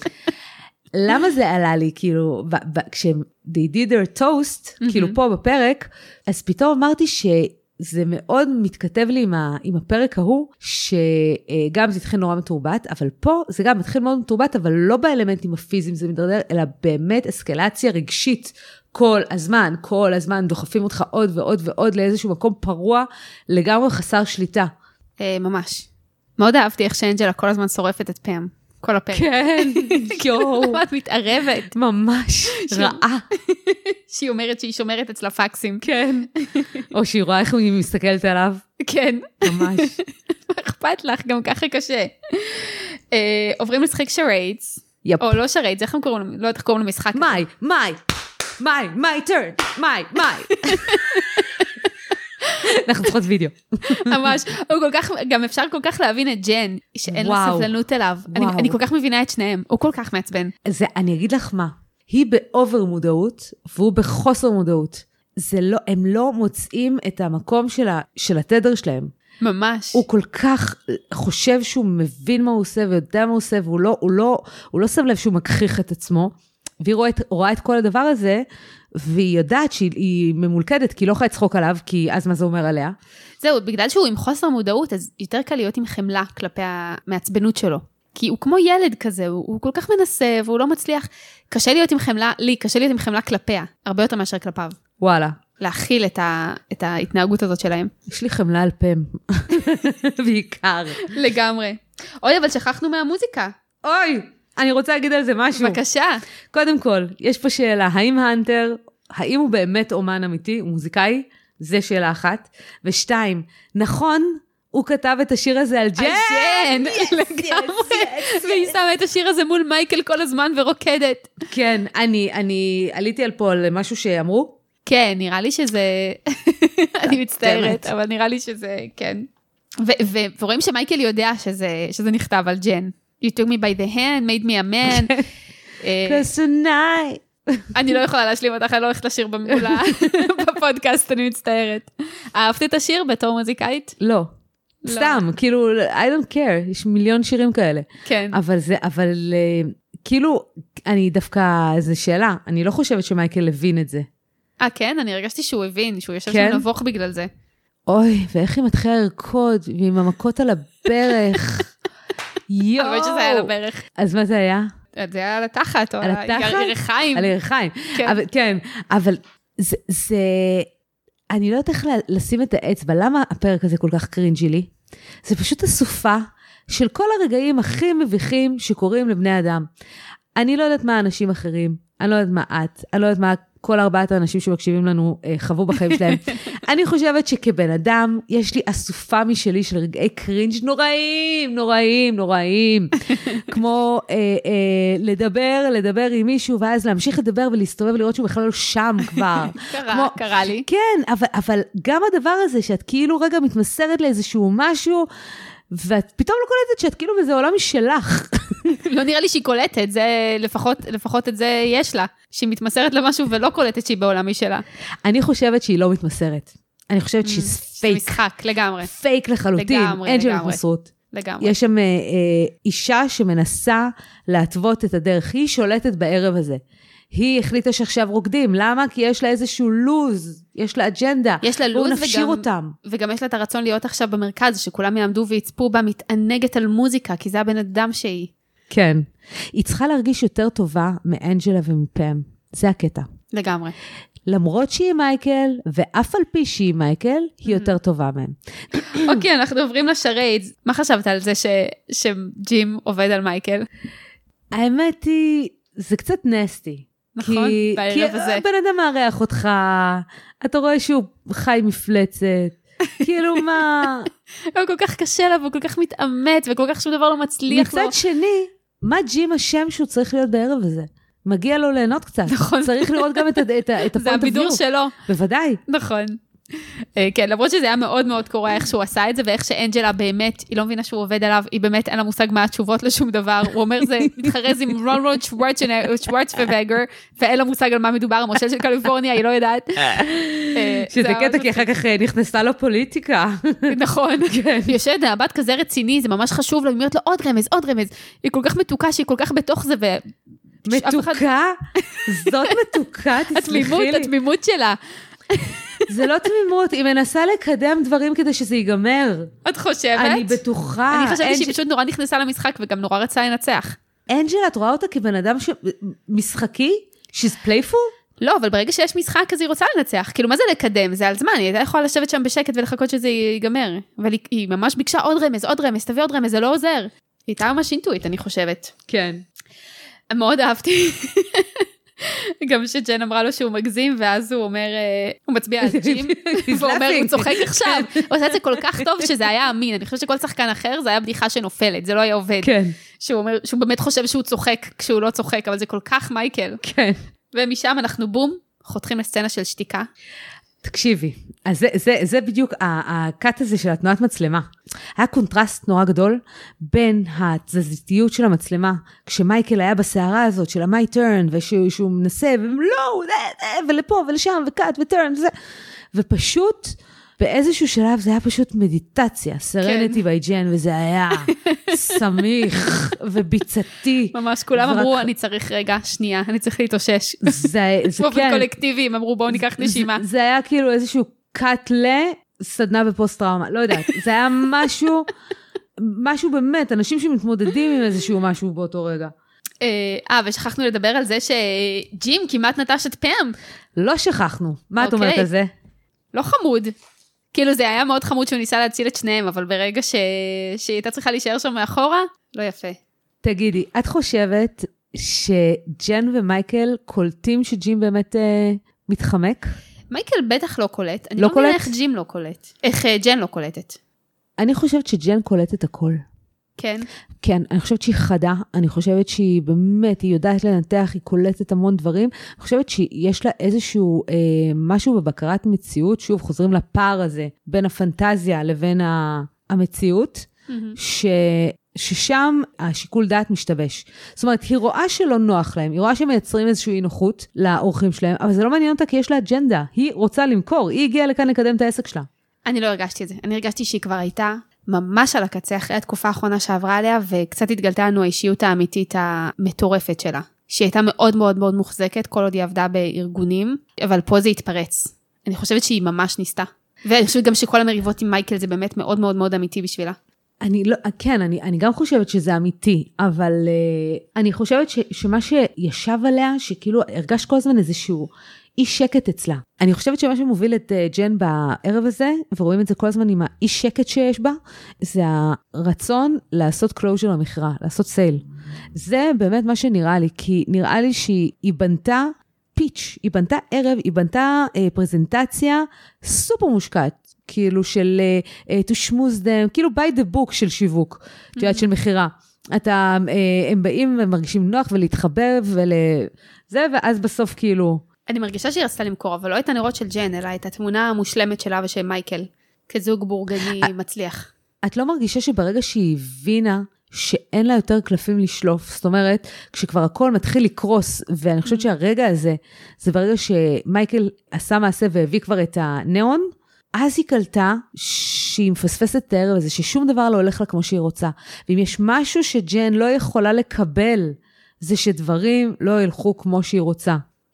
למה זה עלה לי, כאילו, כשהם they did their toast, כאילו פה בפרק, אז פתאום אמרתי שזה מאוד מתכתב לי עם הפרק ההוא, שגם זה התחיל נורא מתורבת, אבל פה זה גם מתחיל מאוד מתורבת, אבל לא באלמנטים הפיזיים זה מדרדר, אלא באמת אסקלציה רגשית כל הזמן דוחפים אותך עוד ועוד ועוד לאיזשהו מקום פרוע, לגמרי חסר שליטה. ממש. מאוד אהבתי איך שאנג'לה כל הזמן שורפת את פם. כל הפרק. כן, יואו. את מתערבת. ממש רעה. שהיא אומרת שהיא שומרת אצלה פקסים. כן. או שהיא רואה איך היא מסתכלת עליו. כן. ממש. אכפת לך, גם ככה קשה. עוברים לשחק שריידס. יפ. או לא שריידס, איך הם קוראים, לא יודעת איך קוראים למשחק. my turn. אנחנו צריכות וידאו. ממש, הוא כל כך, גם אפשר כל כך להבין את ג'ן, שאין לה סבלנות אליו. אני כל כך מבינה את שניהם, הוא כל כך מעצבן. אני אגיד לך מה, היא באובר מודעות, והוא בחוסר מודעות. הם לא מוצאים את המקום של התדר שלהם. ממש. הוא כל כך חושב שהוא מבין מה הוא עושה, ויודע מה הוא עושה, והוא לא שם לב שהוא מכחיך את עצמו, והיא רואה את כל הדבר הזה, והיא יודעת שהיא ממולכדת, כי היא לא יכולה לצחוק עליו, כי אז מה זה אומר עליה? זהו, בגלל שהוא עם חוסר מודעות, אז יותר קל להיות עם חמלה כלפי המעצבנות שלו. כי הוא כמו ילד כזה, הוא כל כך מנסה, והוא לא מצליח. קשה להיות עם חמלה כלפיה, הרבה יותר מאשר כלפיו. וואלה. להכיל את ההתנהגות הזאת שלהם. יש לי חמלה על פם, בעיקר. לגמרי. אוי, אבל שכחנו מהמוזיקה. אוי, אני רוצה להגיד על זה משהו. בבקשה. קודם כל, יש פה שאלה, האם האנטר, האם הוא באמת אומן אמיתי, הוא מוזיקאי? זה שאלה אחת. ושתיים, נכון, הוא כתב את השיר הזה על ג'ן. על ג'ן, לגמרי. והיא שמה את השיר הזה מול מייקל כל הזמן ורוקדת. כן, אני עליתי על פה על משהו שאמרו. כן, נראה לי שזה, אני מצטערת, אבל נראה לי שזה, כן. ורואים שמייקל יודע שזה נכתב על ג'ן. You took me by the hand, made me a man. Cause tonight. אני לא יכולה להשלים אותך, אני לא הולכת לשיר במולה בפודקאסט, אני מצטערת. אהבת את השיר בתור מוזיקאית? לא. סתם, כאילו, I don't care, יש מיליון שירים כאלה. כן. אבל כאילו, אני דווקא, זו שאלה, אני לא חושבת שמייקל הבין את זה. כן, אני הרגשתי שהוא הבין, שהוא יושב כן? שם נבוך בגלל זה. אוי, ואיך היא מתחילה לרקוד, ועם המכות על הברך. יואו. אבל שזה היה על הברך. אז מה זה היה? זה היה על התחת, או על התחת? הירכיים. על הירכיים. כן, אבל זה, אני לא יודעת איך לשים את האצבע, למה הפרק הזה כל כך קרינג'י לי? זה פשוט הסופה של כל הרגעים הכי מביכים שקורים לבני אדם. אני לא יודעת מה אנשים אחרים, אני לא יודעת מה את, אני לא יודעת מה כל 4 האנשים שמקשיבים לנו חוו בחיים שלהם. אני חושבת שכבן אדם, יש לי אסופה משלי של רגעי קרינג' נוראים. כמו לדבר עם מישהו, ואז להמשיך לדבר ולהסתובב ולראות שהוא בכלל לא שם כבר. קרה לי. כן, אבל גם הדבר הזה, שאת כאילו רגע מתמסרת לאיזשהו משהו, ואת פתאום לא קולטת שאת כאילו בזה עולם משלך. לא נראה לי שהיא קולטת, זה לפחות את זה יש לה, שהיא מתמסרת למשהו ולא קולטת שהיא בעולם משלה. אני חושבת שהיא לא מתמסרת. אני חושבת שהיא פייק. משחק, לגמרי. פייק לחלוטין. אין שם התמסרות. לגמרי. יש שם אישה שמנסה להתוות את הדרך. היא שולטת בערב הזה. היא החליטה שעכשיו רוקדים. למה? כי יש לה איזשהו לוז, יש לה אג'נדה. יש לה לוז בואו נפשיר אותם. וגם יש לה את הרצון להיות עכשיו במרכז, שכולם יעמדו ויצפו בה מתענגת על מוזיקה, כי זה הבן אדם שהיא. כן. היא צריכה להרגיש יותר טובה מאנג'לה ומפם. זה הקטע. לגמרי. למרות שהיא מייקל, ואף על פי שהיא מייקל, היא יותר טובה מהם. אוקיי, אנחנו עוברים לשריידס. מה חשבת על זה שג'ים עובד על מייקל? האמת היא, זה קצת נסטי. נכון, בערב הזה. כי בן אדם מארח אותך, אתה רואה שהוא חי מפלצת, כאילו מה... הוא כל כך קשה לה, והוא כל כך מתאמץ, וכל כך שום דבר לא מצליח לו. מצד שני, מה ג'ים השם שהוא צריך להיות בערב הזה? מגיע לו ליהנות קצת. נכון. צריך לראות גם את הפונט זה הבידור שלו. בוודאי. נכון. כן, למרות שזה היה מאוד מאוד קורא איך שהוא עשה את זה, ואיך שאנג'לה באמת, היא לא מבינה שהוא עובד עליו, היא באמת אין לה מושג מה התשובות לשום דבר, הוא אומר זה מתחרז עם רונלד שוורצנגר, ואין לה מושג על מה מדובר, המושל של קליפורניה, היא לא יודעת. שזה קטע, כי אחר כך נכנסה לו פוליטיקה. נכון. היא יושבת, הבת כזה רציני, זה ממש חשוב לה, היא אומרת לו עוד רמז, היא כל כך מתוקה, שהיא כל כך בתוך זה, מתוקה? זאת מתוקה, תסלחי לי. התמימות שלה. זה לא תמימות, היא מנסה לקדם דברים כדי שזה ייגמר. את חושבת? אני בטוחה. אני חושבת שהיא פשוט נורא נכנסה למשחק, וגם נורא רצה לנצח. אנג'לה, את רואה אותה כבן אדם משחקי? She's playful? לא, אבל ברגע שיש משחק, אז היא רוצה לנצח. כאילו, מה זה לקדם? זה על זמן, היא הייתה יכולה לשבת שם בשקט ולחכות שזה ייגמר. אבל היא ממש ביקשה עוד רמז, תביא עוד רמז, זה לא עוזר. היא הייתה ממש אינטואיט, אני חושבת. כן. מאוד אהבתי. גם שג'ן אמרה לו שהוא מגזים, ואז הוא אומר, הוא מצביע על ג'ים, והוא אומר, הוא צוחק עכשיו. הוא עושה את זה כל כך טוב שזה היה אמין. אני חושבת שכל שחקן אחר, זה היה בדיחה שנופלת, זה לא היה עובד. כן. שהוא באמת חושב שהוא צוחק כשהוא לא צוחק, אבל זה כל כך מייקל. כן. ומשם אנחנו בום, חותכים לסצנה של שתיקה. תקשיבי, אז זה בדיוק הקאט הזה של התנועת מצלמה. היה קונטרסט נורא גדול בין התזזיתיות של המצלמה, כשמייקל היה בסערה הזאת של ה-my turn, ושהוא מנסה, ולפה ולשם, וקאט וטרן, ופשוט באיזשהו שלב זה היה פשוט מדיטציה, סרנטי by ג'ן, וזה היה סמיך וביצתי. ממש, כולם אמרו, אני צריך רגע, שנייה, אני צריך להתאושש. זה באופן קולקטיבי, הם אמרו, בואו ניקח נשימה. זה היה כאילו איזשהו קאט לסדנה בפוסט טראומה, לא יודעת, זה היה משהו באמת, אנשים שמתמודדים עם איזשהו משהו באותו רגע. ושכחנו לדבר על זה שג'ים כמעט נטש את פאם. לא שכחנו. מה את אומרת על זה? לא חמוד. כאילו זה היה מאוד חמוד שהוא ניסה להציל את שניהם, אבל ברגע שהיא הייתה צריכה להישאר שם מאחורה, לא יפה. תגידי, את חושבת שג'ן ומייקל קולטים שג'ים באמת מתחמק? מייקל בטח לא קולט. אני לא מבינה איך ג'ים לא קולט. איך ג'ן לא קולטת. אני חושבת שג'ן קולטת הכל. כן? כן, אני חושבת שהיא חדה, אני חושבת שהיא באמת, היא יודעת לנתח, היא קולטת המון דברים, אני חושבת שיש לה איזשהו משהו בבקרת מציאות, שוב חוזרים לפער הזה, בין הפנטזיה לבין המציאות, ששם השיקול דעת משתבש. זאת אומרת, היא רואה שלא נוח להם, היא רואה שמייצרים איזושהי אי נוחות לאורחים שלהם, אבל זה לא מעניין אותה כי יש לה אג'נדה, היא רוצה למכור, היא הגיעה לכאן לקדם את העסק שלה. אני לא הרגשתי את זה, אני הרגשתי שהיא כבר הייתה ממש על הקצה אחרי התקופה האחרונה שעברה עליה, וקצת התגלתה לנו האישיות האמיתית המטורפת שלה. שהיא הייתה מאוד מאוד מאוד מוחזקת, כל עוד היא עבדה בארגונים, אבל פה זה התפרץ. אני חושבת שהיא ממש ניסתה. ואני חושבת גם שכל המריבות עם מייקל זה באמת מאוד מאוד מאוד אמיתי בשבילה. אני גם חושבת שזה אמיתי, אבל אני חושבת שמה שישב עליה, שכאילו הרגש כל הזמן איזשהו אי שקט אצלה. אני חושבת שמה שמוביל את ג'ן בערב הזה, ורואים את זה כל הזמן עם האי שקט שיש בה, זה הרצון לעשות קלוז'ר למכירה, לעשות סייל. זה באמת מה שנראה לי, כי נראה לי שהיא בנתה פיץ', היא בנתה ערב, היא בנתה פרזנטציה סופר מושקעת, כאילו של to schmooze them, כאילו by the book של שיווק, של מחירה. הם באים ומרגישים נוח ולהתחבר ולזה, ואז בסוף כאילו אני מרגישה שהיא רצתה למכור, אבל לא את הנרות של ג'ן, אלא את התמונה המושלמת שלה ושל מייקל, כזוג בורגני מצליח. את לא מרגישה שברגע שהיא הבינה שאין לה יותר קלפים לשלוף, זאת אומרת, כשכבר הכל מתחיל לקרוס, ואני חושבת שהרגע הזה, זה ברגע שמייקל עשה מעשה והביא כבר את הנאון, אז היא קלטה שהיא מפספסת את הערב הזה, ששום דבר לא הולך לה כמו שהיא רוצה. ואם יש משהו שג'ן לא יכולה לקבל, זה שדברים לא ילכו כמו שהיא רוצה.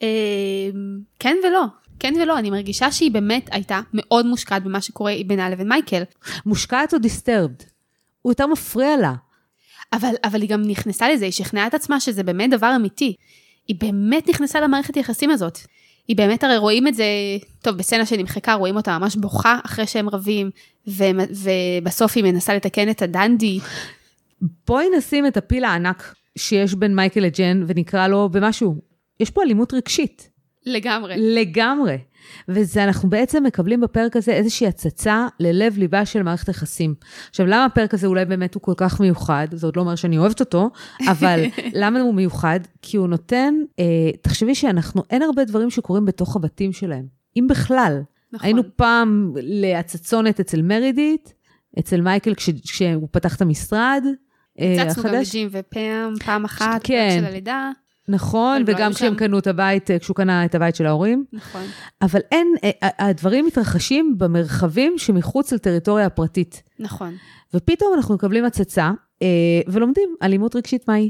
כן ולא. כן ולא, אני מרגישה שהיא באמת הייתה מאוד מושקעת במה שקורה בינה לבין מייקל. מושקעת או דיסטרבד? הוא יותר מפריע לה. אבל היא גם נכנסה לזה, היא שכנעה את עצמה שזה באמת דבר אמיתי. היא באמת נכנסה למערכת היחסים הזאת. היא באמת הרי רואים את זה, טוב, בסצנה שנמחקה, רואים אותה ממש בוכה אחרי שהם רבים, ובסוף היא מנסה לתקן את הדנדי. בואי נשים את הפיל הענק שיש בין מייקל לג'ן, ונקרא לו במשהו. יש פה אלימות רגשית. לגמרי. לגמרי. וזה אנחנו בעצם מקבלים בפרק הזה איזושהי הצצה ללב ליבה של מערכת יחסים. עכשיו, למה הפרק הזה אולי באמת הוא כל כך מיוחד? זה עוד לא אומר שאני אוהבת אותו, אבל למה הוא מיוחד? כי הוא נותן, תחשבי אין הרבה דברים שקורים בתוך הבתים שלהם. אם בכלל. נכון. היינו פעם להצצונת אצל מרידית, אצל מייקל כשהוא פתח את המשרד. הצצנו גם לג'ים ופעם, פעם אחת, כן. של הלידה. נכון, וגם כשהם קנו את הבית, כשהוא קנה את הבית של ההורים. נכון. אבל הדברים מתרחשים במרחבים שמחוץ לטריטוריה הפרטית. נכון. ופתאום אנחנו מקבלים הצצה, ולומדים אלימות רגשית מהי.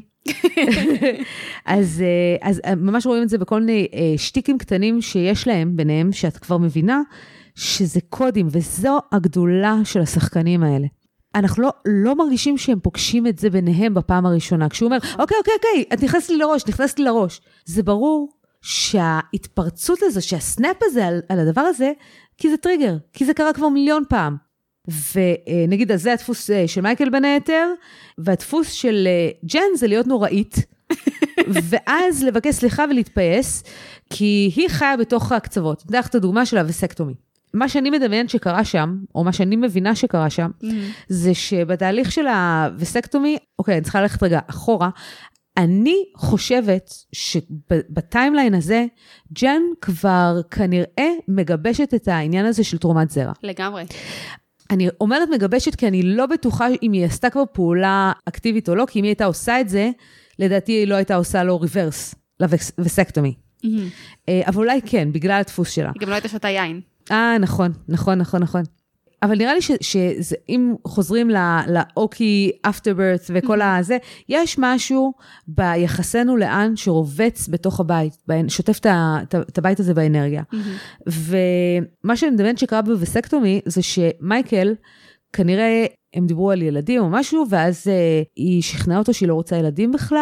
אז ממש רואים את זה בכל מיני שטיקים קטנים שיש להם ביניהם, שאת כבר מבינה שזה קודים, וזו הגדולה של השחקנים האלה. אנחנו לא מרגישים שהם פוגשים את זה ביניהם בפעם הראשונה. כשהוא אומר, אוקיי, את נכנסת לי לראש. זה ברור שההתפרצות הזו, שהסנאפ הזה על הדבר הזה, כי זה טריגר, כי זה קרה כבר מיליון פעם. ונגיד, אז זה הדפוס של מייקל בין היתר, והדפוס של ג'ן זה להיות נוראית, ואז לבקש סליחה ולהתפייס, כי היא חיה בתוך הקצוות. דרך את הדוגמה של הווסקטומי. מה שאני מדמיין שקרה שם, או מה שאני מבינה שקרה שם, זה שבתהליך של הווסקטומי, אוקיי, אני צריכה ללכת רגע אחורה, אני חושבת שבטיימליין הזה, ג'ן כבר כנראה מגבשת את העניין הזה של תרומת זרע. לגמרי. אני אומרת מגבשת כי אני לא בטוחה אם היא עשתה כבר פעולה אקטיבית או לא, כי אם היא הייתה עושה את זה, לדעתי היא לא הייתה עושה לו ריברס לווסקטומי. אבל אולי כן, בגלל הדפוס שלה. היא גם לא הייתה שותה יין. נכון. אבל נראה לי שאם חוזרים לאוקי, afterbirth וכל הזה, יש משהו ביחסנו לאן שרובץ בתוך הבית, שוטף את הבית הזה באנרגיה. ומה שאני מדמיינת שקרה בווסקטומי, זה שמייקל, כנראה הם דיברו על ילדים או משהו, ואז היא שכנעה אותו שהיא לא רוצה ילדים בכלל,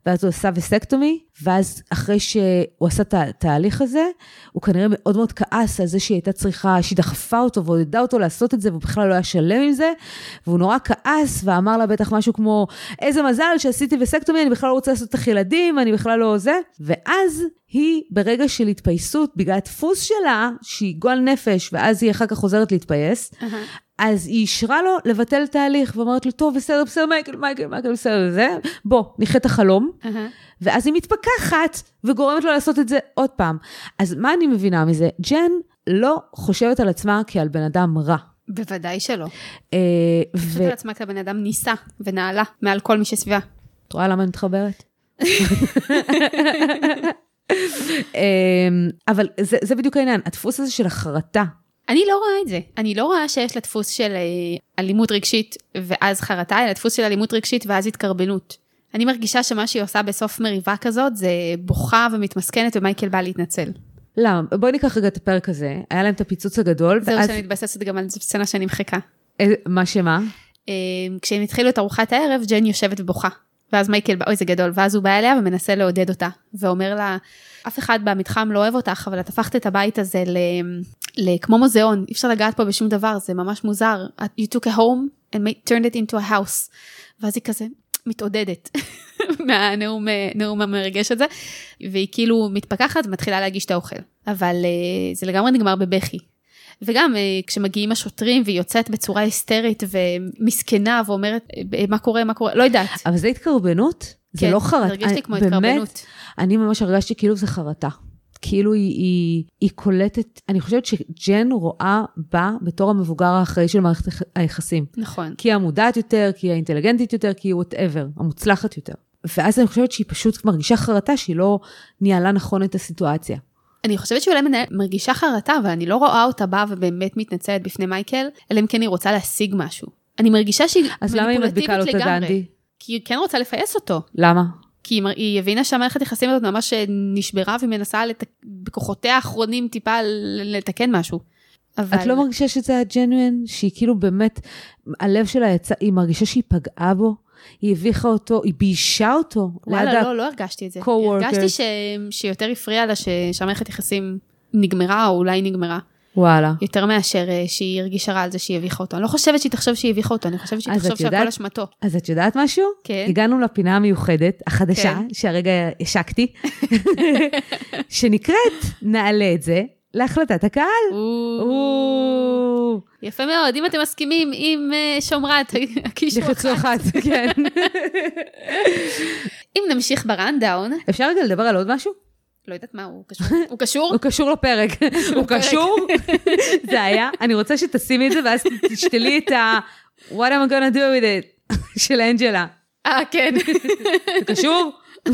ואז הוא עשה וסקטומי, ואז אחרי שהוא עשה את התהליך הזה, הוא כנראה מאוד מאוד כעס על זה שהיא הייתה צריכה, שהיא דחפה אותו ועודדה אותו לעשות את זה, והוא בכלל לא היה שלם עם זה, והוא נורא כעס, ואמר לה בטח משהו כמו, איזה מזל שעשיתי וסקטומי, אני בכלל לא רוצה לעשות את ילדים, אני בכלל לא זה, ואז היא ברגע של התפייסות, בגלל הדפוס שלה, שהיא גועל נפש, ואז היא אחר כך חוזרת להתפייס, אז היא אישרה לו לבטל תהליך, ואומרת לו, טוב, בסדר, מייקל, בסדר, זה, בוא, נחיה את החלום, ואז היא מתפקחת, וגורמת לו לעשות את זה עוד פעם. אז מה אני מבינה מזה? ג'ן לא חושבת על עצמה כעל בן אדם רע. בוודאי שלא. חושבת על עצמה כבן אדם ניסה ונעלה מעל כל מי שסביבה. את רואה למה אני מתחברת? אבל זה בדיוק העניין, הדפוס הזה של החרטה. אני לא רואה את זה. אני לא רואה שיש לה דפוס של אלימות רגשית ואז חרטה, אלא דפוס של אלימות רגשית ואז התקרבנות. אני מרגישה שמה שהיא עושה בסוף מריבה כזאת, זה בוכה ומתמסכנת ומייקל בא להתנצל. למה? בואי ניקח רגע את הפרק הזה, היה להם את הפיצוץ הגדול. זהו שאני מתבססת גם על סצנה שאני מחכה. מה שמה? כשהם התחילו את ארוחת הערב, ג'ן יושבת ובוכה. ואז מייקל, אוי זה גדול, ואז הוא בא אליה ומנסה לעודד אותה, ואומר לה, אף אחד במתחם לא אוהב אותך, אבל את הפכת את הבית הזה כמו מוזיאון, אי אפשר לגעת פה בשום דבר, זה ממש מוזר, you took a home and turned it into a house, ואז היא כזה מתעודדת מהנאום המרגש הזה, והיא כאילו מתפקחת ומתחילה להגיש את האוכל, אבל זה לגמרי נגמר בבכי, וגם כשמגיעים השוטרים והיא יוצאת בצורה היסטרית ומסכנה ואומרת מה קורה, לא יודעת. אבל זה התקרבנות? זה לא חרטה. הרגיש לי כמו התקרבנות. אני ממש הרגשתי כאילו זה חרטה. כאילו היא קולטת, אני חושבת שג'ן רואה בה בתור המבוגר האחראי של מערכת היחסים. נכון. כי היא המודעת יותר, כי היא האינטליגנטית יותר, כי היא whatever, המוצלחת יותר. ואז אני חושבת שהיא פשוט מרגישה חרטה, שהיא לא ניהלה נכון את הסיטואציה. אני חושבת שאולי מרגישה חרטה, אבל אני לא רואה אותה באה ובאמת מתנצלת בפני מייקל, אלא אם כן היא רוצה להשיג משהו. אני מרגישה שהיא אז למה היא מדביקה לו את הדנדי? כי היא כן רוצה לפייס אותו. למה? כי היא הבינה שהמערכת יחסים הזאת ממש נשברה, והיא מנסה בכוחותיה האחרונים טיפה לתקן משהו. את לא מרגישה שזה הג'נואן, שהיא כאילו באמת, הלב שלה יצא, היא מרגישה שהיא פגעה בו? היא הביכה אותו, היא ביישה אותו. וואלה, לא הרגשתי את זה. הרגשתי שיותר הפריע לה שהמערכת יחסים נגמרה, או אולי נגמרה. וואלה. יותר מאשר שהיא הרגישה רע על זה שהיא הביכה אותו. אני לא חושבת שהיא תחשוב שהיא הביכה אותו, אני חושבת שהיא תחשוב שהכל אשמתו. אז את יודעת משהו? כן. הגענו לפינה המיוחדת, החדשה, שהרגע השקתי, שנקראת, נעלה את זה, להחלטת הקהל. יפה מאוד, אם אתם מסכימים עם שומרת, הקישור אחת. כן. אם נמשיך ברנדאון. אפשר רגע לדבר על עוד משהו? לא יודעת מה, הוא קשור? הוא קשור? הוא קשור לפרק. הוא קשור? זה היה, אני רוצה שתשימי את זה, ואז תשתלי את ה- What am I gonna do with it? של אנג'לה. כן. זה קשור?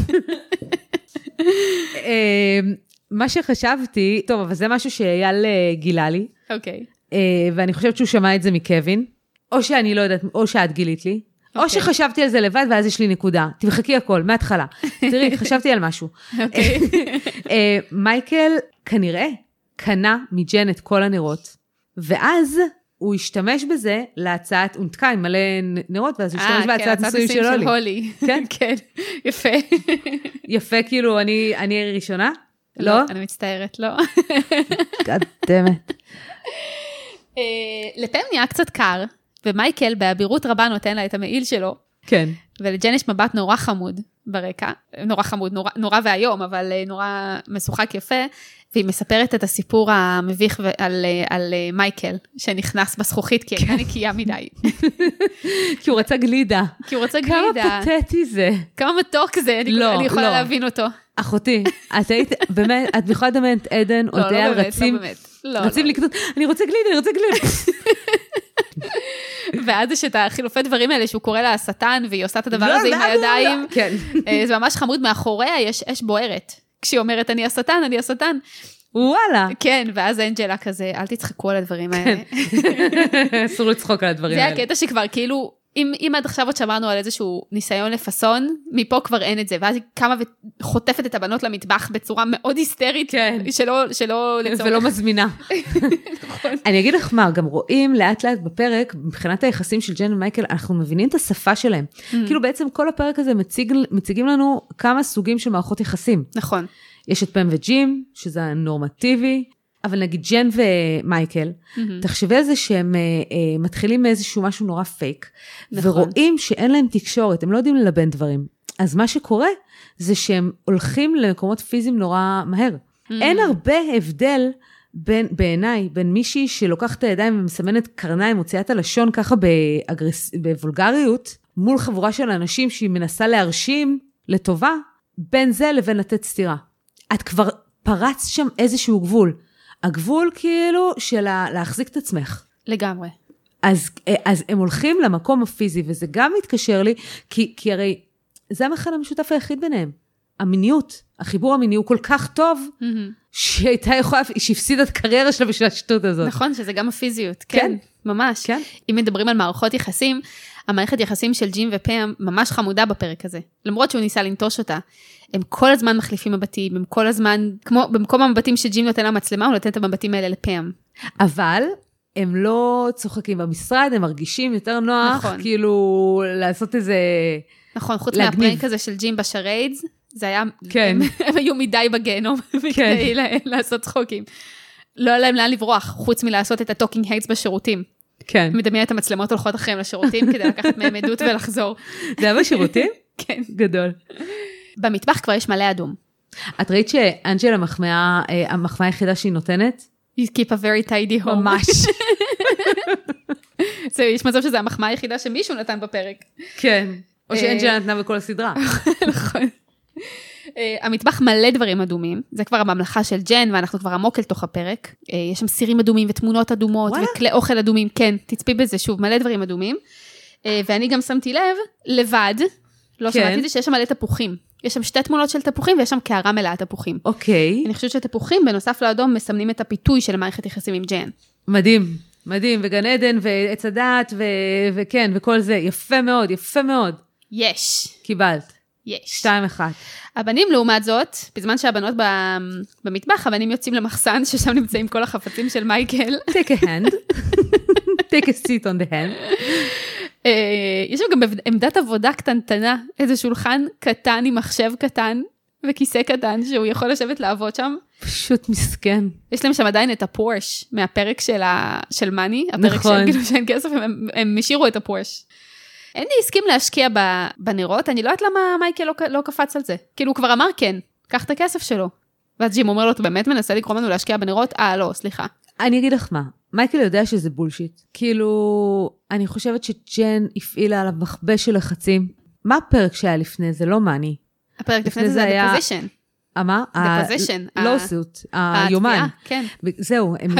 מה שחשבתי, טוב, אבל זה משהו שאייל גילה לי. אוקיי. ואני חושבת שהוא שמע את זה מקווין, או שאני לא יודעת, או שאת גילית לי, או שחשבתי על זה לבד, ואז יש לי נקודה. תמחקי הכל, מההתחלה. תראי, חשבתי על משהו. מייקל כנראה קנה מג'ן את כל הנרות, ואז הוא השתמש בזה להצעת, הוא נתקע עם מלא נרות, ואז הוא השתמש בהצעת ניסויים של הולי. כן, כן, יפה. יפה, כאילו, אני ראשונה? לא? אני מצטערת, לא. קדמת. לפעמים נהיה קצת קר, ומייקל באבירות רבה נותן לה את המעיל שלו. כן. ולג'ן יש מבט נורא חמוד ברקע, נורא חמוד, נורא והיום, אבל נורא משוחק יפה, והיא מספרת את הסיפור המביך על מייקל, שנכנס בזכוכית, כי הייתה נקייה מדי. כי הוא רצה גלידה. כמה פתטי זה. כמה מתוק זה, אני יכולה להבין אותו. אחותי, את בכלל דמיינת עדן, אודיה, רצים לקנות, אני רוצה גלידה. ואז יש את החילופי דברים האלה, שהוא קורא לה השטן, והיא עושה את הדבר הזה עם הידיים. זה ממש חמוד, מאחוריה יש אש בוערת. כשהיא אומרת, אני השטן. וואלה. כן, ואז אנג'לה כזה, אל תצחקו על הדברים האלה. אסור לצחוק על הדברים האלה. זה הקטע שכבר כאילו, אם עד עכשיו עוד שמענו על איזשהו ניסיון לפסון, מפה כבר אין את זה, ואז היא קמה וחוטפת את הבנות למטבח בצורה מאוד היסטרית, כן. שלא לצורך. ולא מזמינה. נכון. אני אגיד לך מה, גם רואים לאט לאט בפרק, מבחינת היחסים של ג'ן ומייקל, אנחנו מבינים את השפה שלהם. כאילו בעצם כל הפרק הזה מציגים לנו כמה סוגים של מערכות יחסים. נכון. יש את פם וג'ים, שזה הנורמטיבי, אבל נגיד ג'ן ומייקל, תחשבי על זה שהם מתחילים מאיזשהו משהו נורא פייק, ורואים שאין להם תקשורת, הם לא יודעים ללבן דברים. אז מה שקורה, זה שהם הולכים למקומות פיזיים נורא מהר. אין הרבה הבדל בעיניי, בין מישהי שלוקח את הידיים ומסמנת קרניים, מוציאה את הלשון ככה בוולגריות, מול חבורה של אנשים שהיא מנסה להרשים לטובה, בין זה לבין לתת סתירה. את כבר פרצת שם איזשהו גבול. הגבול כאילו של להחזיק את עצמך. לגמרי. אז הם הולכים למקום הפיזי, וזה גם מתקשר לי, כי הרי זה המכנה המשותף היחיד ביניהם. המיניות, החיבור המיני הוא כל כך טוב, שהייתה יכולה, שהפסידה את הקריירה שלה בשביל השטות הזאת. נכון, שזה גם הפיזיות, כן, ממש. כן. אם מדברים על מערכות יחסים, המערכת יחסים של ג'ים ופם ממש חמודה בפרק הזה. למרות שהוא ניסה לנטוש אותה. הם כל הזמן מחליפים מבטים, הם כל הזמן, כמו במקום המבטים שג'ים נותן למצלמה, הוא נותן את המבטים האלה לפם. אבל הם לא צוחקים במשרד, הם מרגישים יותר נוח, נכון. כאילו לעשות איזה... נכון, חוץ מהפרק הזה של ג'ים בשריידס, זה היה, כן. הם היו מדי בגיהנום, כדי לעשות צחוקים. לא היה להם לאן לברוח, חוץ מלעשות את הטוקינג הייטס בשירותים. כן. מדמיין את המצלמות הולכות אחריהם לשירותים, כדי לקחת מהם עדות ולחזור. זה היה בשירותים? כן. גדול. במטבח כבר יש מלא אדום. את ראית שאנג'ל המחמאה היחידה שהיא נותנת? You keep a very tidy home. ממש. יש מצב שזה המחמאה היחידה שמישהו נתן בפרק. כן. או שאנג'ל נתנה בכל הסדרה. נכון. המטבח מלא דברים אדומים, זה כבר הממלכה של ג'ן, ואנחנו כבר עמוק אל תוך הפרק. יש שם סירים אדומים ותמונות אדומות, וכלי אוכל אדומים, כן, תצפי בזה שוב, מלא דברים אדומים. ואני גם שמתי לב, לבד, לא שמעתי את זה שיש שם מלא תפוחים. יש שם 2 תמונות של תפוחים, ויש שם קערה מלאה תפוחים. אוקיי. אני חושבת שתפוחים, בנוסף לאדום, מסמנים את הפיתוי של מערכת יחסים עם ג'ן. מדהים, מדהים, וגן עדן, ועץ הדת, וכן, וכל זה, יפה מאוד, יפה מאוד. יש. קיבלת. יש. 2-1. הבנים לעומת זאת, בזמן שהבנות במטבח, הבנים יוצאים למחסן, ששם נמצאים כל החפצים של מייקל. Take a hand. Take a seat on the hand. יש שם גם עמדת עבודה קטנטנה, איזה שולחן קטן עם מחשב קטן, וכיסא קטן, שהוא יכול לשבת לעבוד שם. פשוט מסכן. יש להם שם עדיין את הפורש, מהפרק של מאני, הפרק נכון. של כאילו שאין כסף, הם השאירו את הפורש. אין לי הסכים להשקיע בנרות, אני לא יודעת למה מייקל לא קפץ על זה. כאילו הוא כבר אמר כן, קח את הכסף שלו. ואז ג'ים אומר לו, אתה באמת מנסה לקרוא לנו להשקיע בנרות? לא, סליחה. אני אגיד לך מה, מייקל יודע שזה בולשיט. כאילו, אני חושבת שג'ן הפעילה עליו מכבה של לחצים. מה הפרק שהיה לפני זה? לא מאני. הפרק לפני זה היה... The Position. מה? The Position. לוסוט, היומן. כן. זהו, הם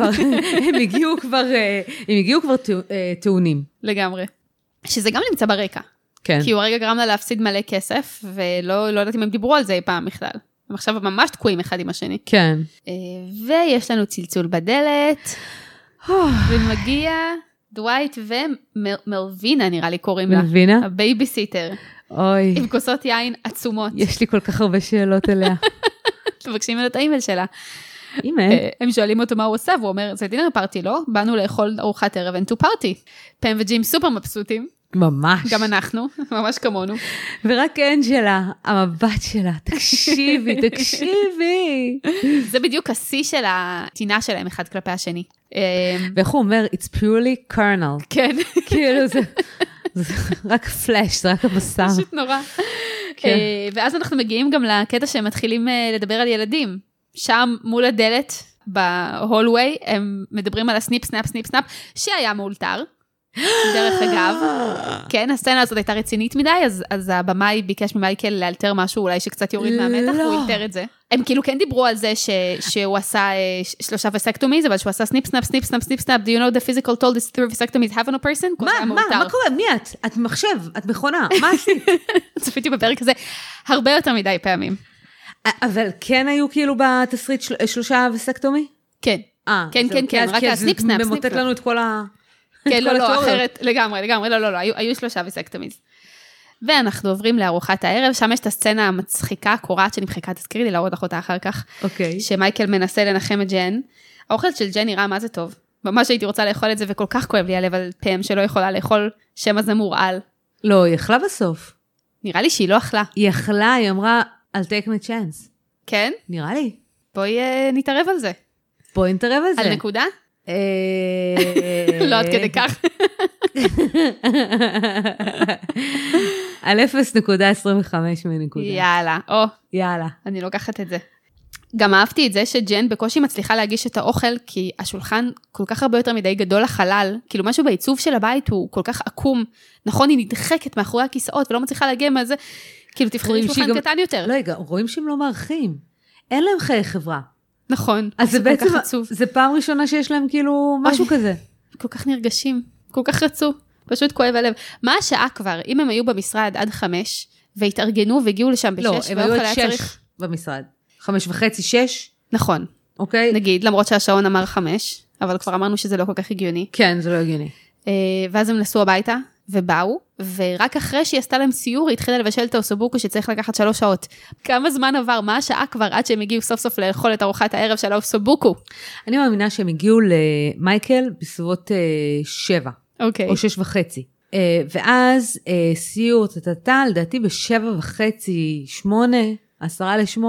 הגיעו כבר טעונים. לגמרי. שזה גם נמצא ברקע. כן. כי הוא הרגע גרם לה להפסיד מלא כסף, ולא יודעת אם הם דיברו על זה אי פעם בכלל. הם עכשיו ממש תקועים אחד עם השני. כן. ויש לנו צלצול בדלת, ומגיע דווייט ומלווינה, נראה לי קוראים לה. מלווינה? הבייביסיטר. אוי. עם כוסות יין עצומות. יש לי כל כך הרבה שאלות אליה. תבקשים ממנו את האימייל שלה. אימייל? הם שואלים אותו מה הוא עושה, והוא אומר, זה דינר פארטי, לא? באנו לאכול ארוחת ערב and to party. פם וג'ים סופר מבסוטים. ממש. גם אנחנו, ממש כמונו. ורק אנג'לה, המבט שלה, תקשיבי, תקשיבי. זה בדיוק השיא של הטינה שלהם אחד כלפי השני. ואיך הוא אומר, it's purely carnal. כן. כאילו זה רק פלאש, זה רק הבשר. פשוט נורא. ואז אנחנו מגיעים גם לקטע שהם מתחילים לדבר על ילדים. שם מול הדלת, בהולווי, הם מדברים על הסניפ, סנאפ, סניפ, סנאפ, שהיה מאולתר. דרך אגב, כן, הסצנה הזאת הייתה רצינית מדי, אז הבמאי ביקש ממייקל לאלתר משהו אולי שקצת יוריד מהמתח, והוא אלתר את זה. הם כאילו כן דיברו על זה שהוא עשה 3 וסקטומיז, אבל שהוא עשה סניפ, סנאפ, סניפ, סנאפ, סניפ, סנאפ, do you know the physical toll this 3 vasectomies have on a person? מה קורה? מי את? את מחשב, את מכונה, מה עשית? צפיתי בפרק הזה הרבה יותר מדי פעמים. אבל כן היו כאילו בתסריט 3 וסקטומי? כן. כן, רק הסניפ, סנאפ, ממוטט לנו את כל כן, כל לא, התיאוריות. אחרת, לגמרי, לא, היו 3 ויסקטומיז. ואנחנו עוברים לארוחת הערב, שם יש את הסצנה המצחיקה, הקורעת שנמחקה, תזכירי לי להראות לך אותה אחר כך, אוקיי. שמייקל מנסה לנחם את ג'ן. האוכל של ג'ן נראה מה זה טוב. ממש הייתי רוצה לאכול את זה, וכל כך כואב לי הלב על פם שלא יכולה לאכול שם הזה מורעל. לא, היא אכלה בסוף. נראה לי שהיא לא אכלה. היא אכלה, היא אמרה, I'll take my chance. כן? נראה לי. בואי נתערב על זה. בואי נתערב על זה. על נקודה? לא עד כדי כך. על 0.25 מנקודה. יאללה, יאללה. אני לוקחת את זה. גם אהבתי את זה שג'ן בקושי מצליחה להגיש את האוכל, כי השולחן כל כך הרבה יותר מדי גדול לחלל, כאילו משהו בעיצוב של הבית הוא כל כך עקום, נכון, היא נדחקת מאחורי הכיסאות ולא מצליחה להגיע מה זה, כאילו תבחרי שולחן קטן יותר. לא, רואים שהם לא מערכים, אין להם חיי חברה. נכון, אז זה בעצם, כל כך עצוב. זה פעם ראשונה שיש להם כאילו משהו כזה. כל כך נרגשים, כל כך רצו, פשוט כואב הלב. מה השעה כבר, אם הם היו במשרד עד 5, והתארגנו והגיעו לשם ב6, לא, הם היו עד 6 במשרד. 5:30, 6. נכון. אוקיי? נגיד, למרות שהשעון אמר 5, אבל כבר אמרנו שזה לא כל כך הגיוני. כן, זה לא הגיוני. ואז הם נסעו הביתה, ובאו, ורק אחרי שהיא עשתה להם סיור, היא התחילה לבשל את האוסובוקו שצריך לקחת 3 שעות. כמה זמן עבר, מה השעה כבר עד שהם הגיעו סוף סוף לאכול את ארוחת הערב של האוסובוקו? אני מאמינה שהם הגיעו למייקל בסביבות 7. אוקיי. או 6:30. ואז סיור, לדעתי ב7:30, 8, 7:50.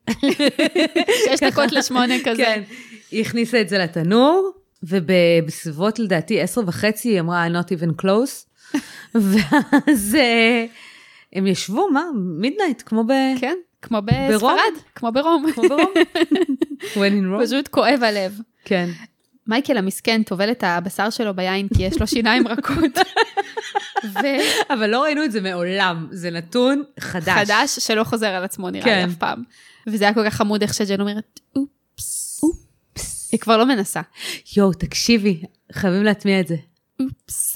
6 דקות ל8 כזה. כן. היא הכניסה את זה לתנור, ובסביבות לדעתי 10:30 היא אמרה, not even close. ואז הם ישבו, מה? מידנייט, כמו כן, כמו בספרד, כמו ברום. כמו ברום. When in Rome. פשוט כואב הלב. כן. מייקל המסכן טובל את הבשר שלו ביין, כי יש לו שיניים רכות. אבל לא ראינו את זה מעולם, זה נתון חדש. חדש שלא חוזר על עצמו נראה לי אף פעם. וזה היה כל כך חמוד איך שג'ן אומרת, אופס. היא כבר לא מנסה. יואו, תקשיבי, חייבים להטמיע את זה. אופס.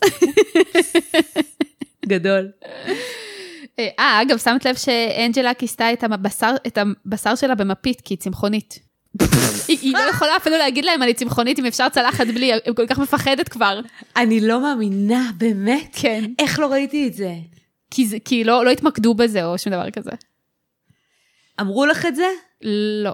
גדול. אגב, שמת לב שאנג'לה כיסתה את הבשר שלה במפית, כי היא צמחונית. היא לא יכולה אפילו להגיד להם, אני צמחונית, אם אפשר צלחת בלי, היא כל כך מפחדת כבר. אני לא מאמינה, באמת? כן. איך לא ראיתי את זה? כי לא התמקדו בזה, או שום דבר כזה. אמרו לך את זה? לא.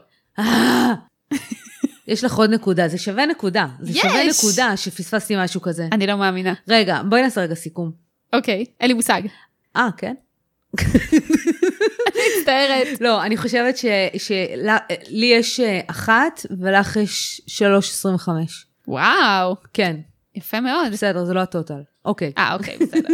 יש לך עוד נקודה, זה שווה נקודה. זה יש! שווה נקודה שפספסתי משהו כזה. אני לא מאמינה. רגע, בואי נעשה רגע סיכום. אוקיי, אין לי מושג. כן? מצטערת. לא, אני חושבת שלי יש 1 ולך יש 3.25. וואו. כן. יפה מאוד. בסדר, זה לא הטוטל. אוקיי. אוקיי, בסדר.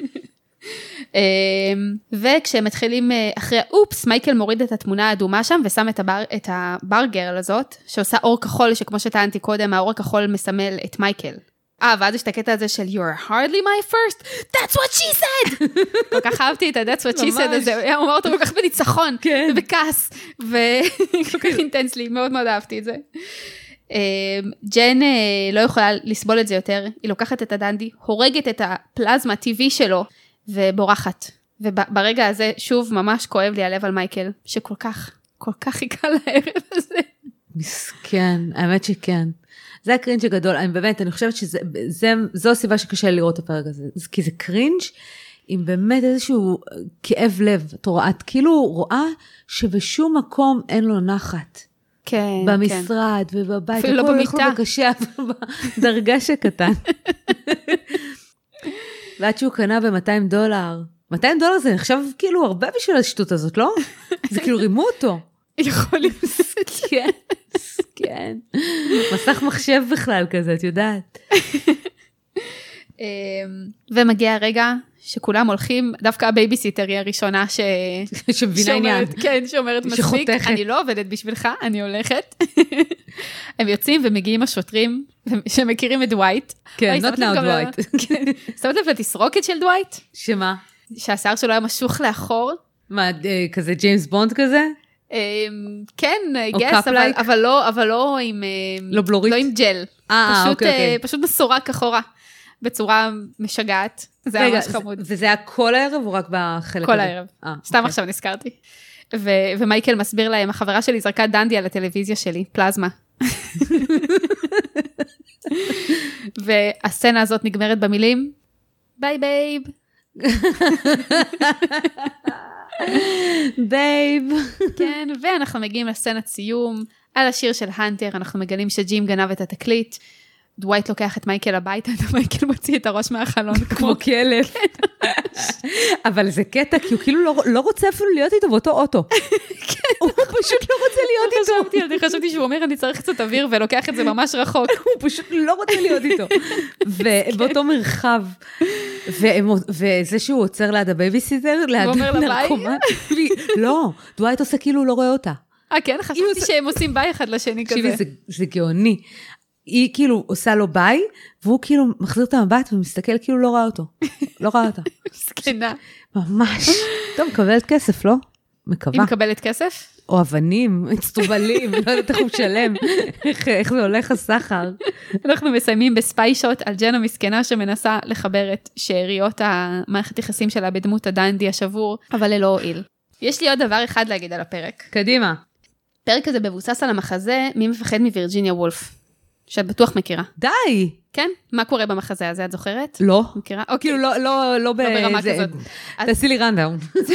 וכשהם מתחילים אחרי אופס, מייקל מוריד את התמונה האדומה שם, ושם את הברגר הזאת, שעושה אור כחול, שכמו שטענתי קודם, האור הכחול מסמל את מייקל. ואז יש את הקטע הזה של You're hardly my first, that's what she said! כל כך אהבתי את ה-that's what she said הזה, הוא אמר אותו כל כך בניצחון, ובכעס, וכל כך אינטנסלי, מאוד מאוד אהבתי את זה. ג'ן לא יכולה לסבול את זה יותר, היא לוקחת את הדנדי, הורגת את הפלזמה הטבעי שלו, ובורחת. וברגע הזה, שוב, ממש כואב לי הלב על מייקל, שכל כך, כל כך חיכה לערב הזה. מסכן, האמת שכן. זה הקרינג' הגדול, אני חושבת שזו הסיבה שקשה לראות את הפרק הזה, כי זה קרינג' עם באמת איזשהו כאב לב, את כאילו רואה שבשום מקום אין לו נחת. כן, במשרד ובבית, אפילו לא במיטה. בקשה, בדרגה שקטן. ועד שהוא קנה ב$200. $200 זה נחשב כאילו הרבה בשביל השטות הזאת, לא? זה כאילו רימו אותו. יכול להיות. כן, כן. מסך מחשב בכלל כזה, את יודעת. ומגיע הרגע שכולם הולכים, דווקא הבייביסיטר היא הראשונה שמבינה עניין. כן, שאומרת מספיק, אני לא עובדת בשבילך, אני הולכת. הם יוצאים ומגיעים השוטרים, שמכירים את דווייט. כן, not now דווייט. שמת לב לתסרוקת של דווייט? שמה? שהשיער שלו היה משוך לאחור. מה, כזה ג'יימס בונד כזה? כן, אבל לא עם... לא בלורית? לא עם ג'ל. פשוט מסורק אחורה. בצורה משגעת. זה היה ממש חמוד. וזה היה כל הערב או רק בחלק הזה? כל הערב. סתם עכשיו נזכרתי. ומייקל מסביר להם, החברה שלי זרקה דנדי על הטלוויזיה שלי, פלזמה. והסצנה הזאת נגמרת במילים, ביי בייב. בייב. כן, ואנחנו מגיעים לסצנת סיום, על השיר של הנטר, אנחנו מגלים שג'ים גנב את התקליט, דווייט לוקח את מייקל הביתה, ומייקל מוציא את הראש מהחלון כמו כלב. אבל זה קטע, כי הוא כאילו לא רוצה אפילו להיות איתו באותו אוטו. הוא פשוט לא רוצה להיות איתו. אני חשבתי שהוא אומר, אני צריך קצת אוויר, ולוקח את זה ממש רחוק. הוא פשוט לא רוצה להיות איתו. ובאותו מרחב. וזה שהוא עוצר ליד הבייביסיטר, ליד נרקומן. לא, דווייט עושה כאילו הוא לא רואה אותה. כן, חשבתי שהם עושים ביי אחד לשני כזה. תקשיבי, זה גאוני. היא כאילו עושה לו ביי, והוא כאילו מחזיר את המבט ומסתכל כאילו לא ראה אותו. לא ראה אותה. סכנה. ממש. טוב, מקבלת כסף, לא? מקווה. היא מקבלת כסף? או אבנים, הצטובלים, לא יודעת איך הוא משלם. איך זה הולך הסחר. אנחנו מסיימים בספיי שוט על ג'נה מסכנה שמנסה לחבר את שאריות המערכת יחסים שלה בדמות הדנדי השבור, אבל ללא הועיל. יש לי עוד דבר אחד להגיד על הפרק. קדימה. הפרק הזה מבוסס על המחזה מי מפחד מווירג'יניה וולף. שאת בטוח מכירה. די! כן? מה קורה במחזה הזה, את זוכרת? לא. מכירה? כאילו לא ברמה כזאת. תעשי לי רנדאון.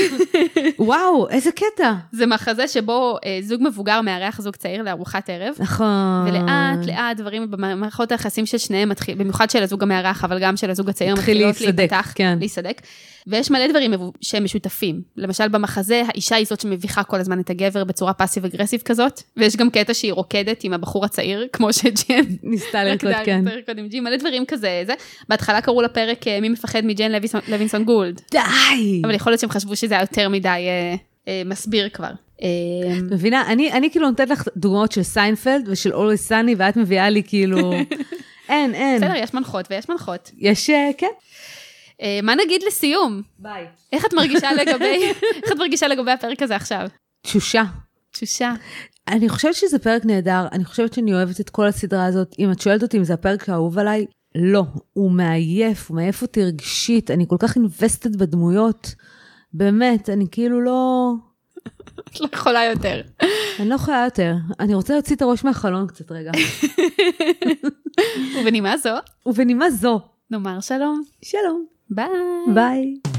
וואו, איזה קטע. זה מחזה שבו זוג מבוגר מארח זוג צעיר לארוחת ערב. נכון. ולאט, לאט דברים במערכות היחסים של שניהם מתחיל, במיוחד של הזוג המארח, אבל גם של הזוג הצעיר מתחילות להיפתח, להיסדק. ויש מלא דברים שהם משותפים. למשל במחזה, האישה היא זאת שמביכה כל הזמן את הגבר בצורה פאסיב אגרסיב כזאת, ויש גם קטע שהיא רוקדת עם הבחור הצעיר, כמו שג'ן ניסתה לרקוד, כן. מלא דברים כזה, זה. בהתחלה קראו לפרק מי מפחד מג'ן לוינסון גולד. די! אבל יכול להיות שהם חשבו שזה היה יותר מדי מסביר כבר. מבינה, אני כאילו נותנת לך דוגמאות של סיינפלד ושל אורי סני, ואת מביאה לי כאילו, אין. בסדר, יש מנחות ויש מנחות. יש, כן. מה נגיד לסיום? ביי. איך את מרגישה לגבי הפרק הזה עכשיו? תשושה. אני חושבת שזה פרק נהדר, אני חושבת שאני אוהבת את כל הסדרה הזאת. אם את שואלת אותי אם זה הפרק האהוב עליי, לא. הוא מעייף אותי רגשית, אני כל כך invested בדמויות. באמת, אני כאילו לא... את לא יכולה יותר. אני לא יכולה יותר. אני רוצה להוציא את הראש מהחלון קצת רגע. ובנימה זו? ובנימה זו. נאמר שלום. שלום. ביי. ביי.